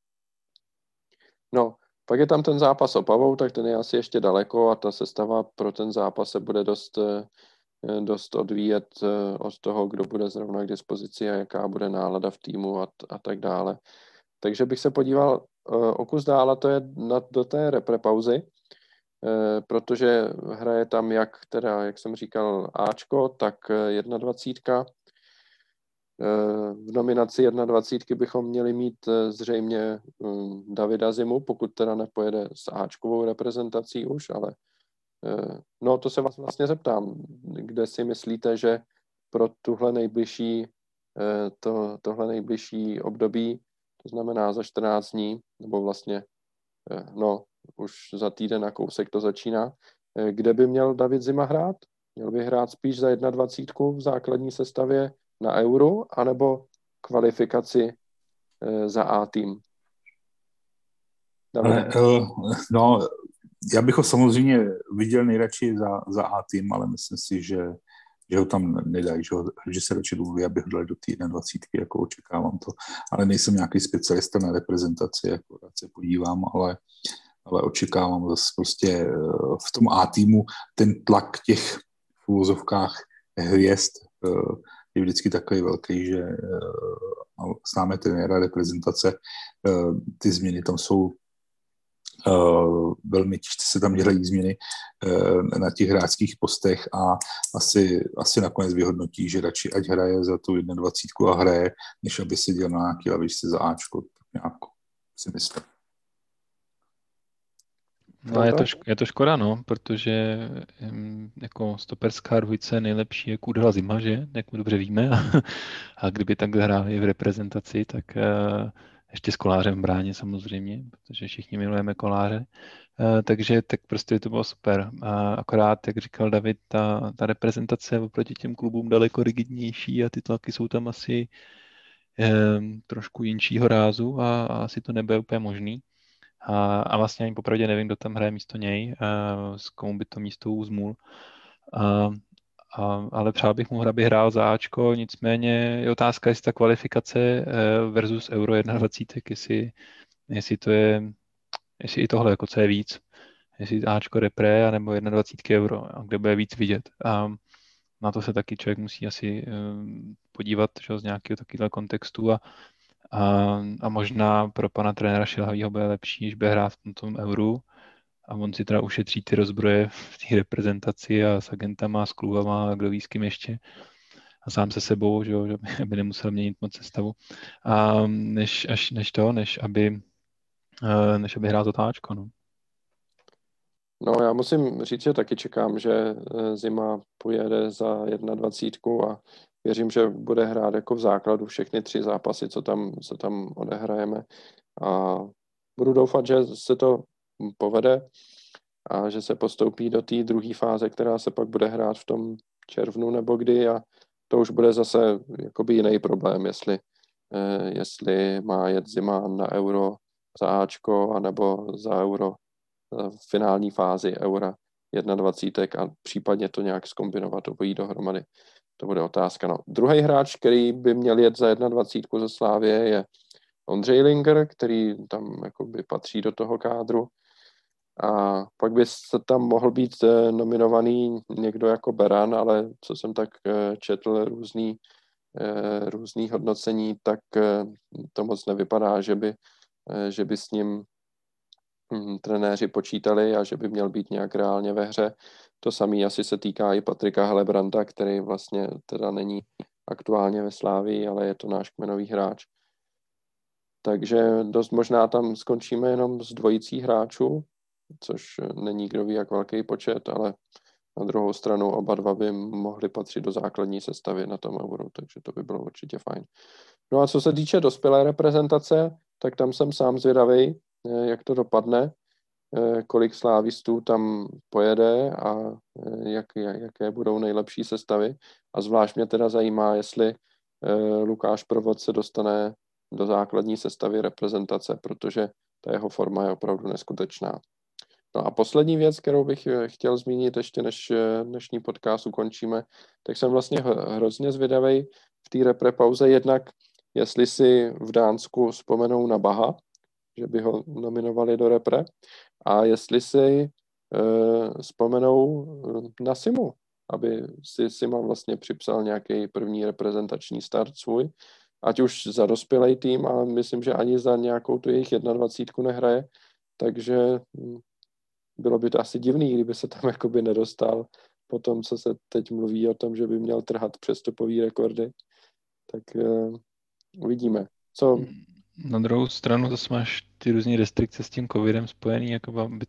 No, pak je tam ten zápas s Opavou, tak ten je asi ještě daleko a ta sestava pro ten zápas se bude dost odvíjet od toho, kdo bude zrovna k dispozici a jaká bude nálada v týmu a tak dále. Takže bych se podíval o kus dál a to je do té reprepauzy, protože hraje tam jak jsem říkal, Ačko, tak 21. V nominaci 21 bychom měli mít zřejmě Davida Zimu, pokud teda nepojede s Ačkovou reprezentací už, ale no to se vás vlastně zeptám, kde si myslíte, že pro tohle nejbližší období, to znamená za 14 dní, nebo vlastně už za týden a kousek to začíná, kde by měl David Zima hrát? Měl by hrát spíš za 21 v základní sestavě na Euro, anebo kvalifikaci za A tým? No, já bych ho samozřejmě viděl nejradši za A tým, ale myslím si, že ho tam nedají, že se radši domluví, aby ho dali do té 21, jako očekávám to. Ale nejsem nějaký specialista na reprezentaci, jako rád se podívám, ale očekávám zase prostě v tom A týmu ten tlak těch v úvozovkách hvězd je vždycky takový velký, že známe trenéra reprezentace, ty změny tam jsou velmi těžce se tam dělají změny na těch hráčských postech a asi nakonec vyhodnotí, že radši ať hraje za tu 21 a hraje, než aby seděl na nějaký lavičce za Ačko, tak nějak si myslím. No je to škoda, no, protože jako stoperská dvojice nejlepší je Kudela Zima, že, jak my dobře víme, a kdyby takhle hráli v reprezentaci, tak ještě s Kolářem v bráně samozřejmě, protože všichni milujeme Koláře, takže tak prostě to bylo super. A akorát, jak říkal David, ta reprezentace oproti těm klubům daleko rigidnější a ty tlaky jsou tam asi trošku jinšího rázu a asi to nebude úplně možný. A vlastně ani popravdě nevím, kdo tam hraje místo něj, s komu by to místo uzmul. ale přál bych mu, aby hrál za Ačko, nicméně je otázka, jestli ta kvalifikace versus Euro 21, jestli to je, jestli i tohle, jako co je víc, jestli Ačko repre, anebo 21 Euro, a kde bude víc vidět. A na to se taky člověk musí asi podívat, že, z nějakého takového kontextu a možná pro pana trenéra Šilhavýho bude lepší, když bude hrát v tom Euru a on si teda ušetří ty rozbroje v té reprezentaci a s agentama, s klubama a kdo ví s kým ještě a sám se sebou, že aby nemusel měnit moc sestavu, než aby hrál to táčko. No. No, já musím říct, že taky čekám, že Zima pojede za 21 a věřím, že bude hrát jako v základu všechny 3 zápasy, co tam odehrajeme. A budu doufat, že se to povede a že se postoupí do té druhé fáze, která se pak bude hrát v tom červnu nebo kdy, a to už bude zase jakoby jiný problém, jestli má jet Zima na Euro za Ačko anebo za Euro v finální fázi Eura 21 a případně to nějak zkombinovat obojí dohromady. To bude otázka. No. Druhý hráč, který by měl jet za 21 ze Slávie, je Ondřej Linger, který tam jakoby patří do toho kádru. A pak by se tam mohl být nominovaný někdo jako Beran, ale co jsem tak četl různý hodnocení, tak to moc nevypadá, že by s ním trenéři počítali a že by měl být nějak reálně ve hře. To samé asi se týká i Patrika Helebranta, který vlastně teda není aktuálně ve Slávii, ale je to náš kmenový hráč. Takže dost možná tam skončíme jenom s dvojicí hráčů, což není kdo ví jak velký počet, ale na druhou stranu oba dva by mohli patřit do základní sestavy na tom Euro, takže to by bylo určitě fajn. No a co se týče dospělé reprezentace, tak tam jsem sám zvědavý, jak to dopadne, kolik slávistů tam pojede a jaké budou nejlepší sestavy. A zvlášť mě teda zajímá, jestli Lukáš Provod se dostane do základní sestavy reprezentace, protože ta jeho forma je opravdu neskutečná. No a poslední věc, kterou bych chtěl zmínit ještě než dnešní podcast ukončíme, tak jsem vlastně hrozně zvědavej v té reprepauze jednak, jestli si v Dánsku vzpomenou na Baha, že by ho nominovali do repre, a jestli si vzpomenou na Simu, aby si Sima vlastně připsal nějaký první reprezentační start svůj, ať už za dospělej tým, ale myslím, že ani za nějakou tu jejich 21 nehraje, takže bylo by to asi divný, kdyby se tam jakoby nedostal po tom, co se teď mluví o tom, že by měl trhat přestupový rekordy. Tak uvidíme. Co? Na druhou stranu zase máš ty různé restrikce s tím covidem spojený, jako aby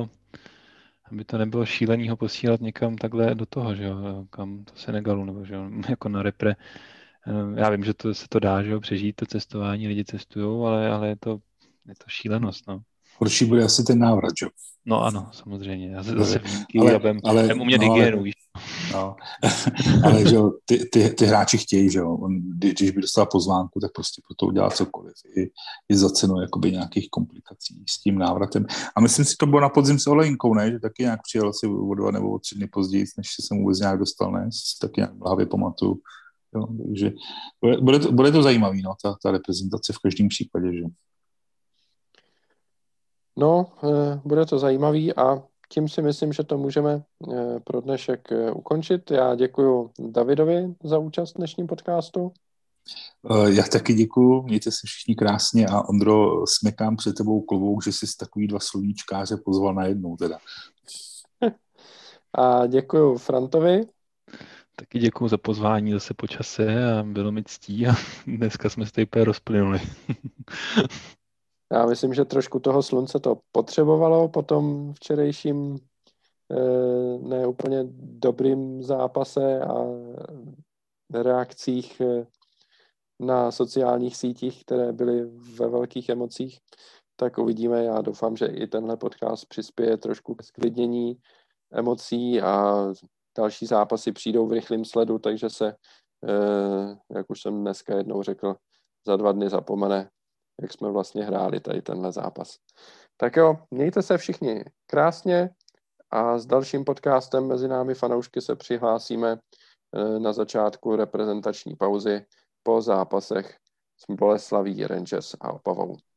to nebylo šílený ho posílat někam takhle do toho, že jo, kam do Senegalu, nebo že jo, jako na repre. Já vím, že se to dá, že jo, přežít to cestování, lidi cestujou, ale je to šílenost, no. Horší bude asi ten návrat, jo? No ano, samozřejmě. Zase výjimky, ale umět hygienu, víš. No, ale že jo, ty hráči chtějí, že jo, když by dostal pozvánku, tak prostě pro to udělá cokoliv. I za cenu jakoby nějakých komplikací s tím návratem. A myslím si, to bylo na podzim s Olejnkou, ne? Že taky nějak přijel asi o 2 nebo o 3 dny později, než se sem vůbec nějak dostal, ne? Taky nějak v hlavě pamatuju. Jo, takže bude to zajímavý, no, ta reprezentace v každém případě, že? No, bude to zajímavý a tím si myslím, že to můžeme pro dnešek ukončit. Já děkuji Davidovi za účast v dnešním podcastu. Já taky děkuji, mějte se všichni krásně a Ondro, smekám před tebou klobouk, že jsi takový 2 slovíčkáře pozval najednou teda. A děkuji Frantovi. Taky děkuji za pozvání zase po čase a bylo mi ctí a dneska jsme se tady úplně rozplynuli. Já myslím, že trošku toho slunce to potřebovalo po tom včerejším ne úplně dobrým zápase a reakcích na sociálních sítích, které byly ve velkých emocích, tak uvidíme. Já doufám, že i tenhle podcast přispěje trošku k sklidnění emocí a další zápasy přijdou v rychlém sledu, takže se, jak už jsem dneska jednou řekl, za 2 dny zapomene, jak jsme vlastně hráli tady tenhle zápas. Tak jo, mějte se všichni krásně A s dalším podcastem Mezi námi fanoušky se přihlásíme na začátku reprezentační pauzy po zápasech s Boleslaví, Rangers a Opavou.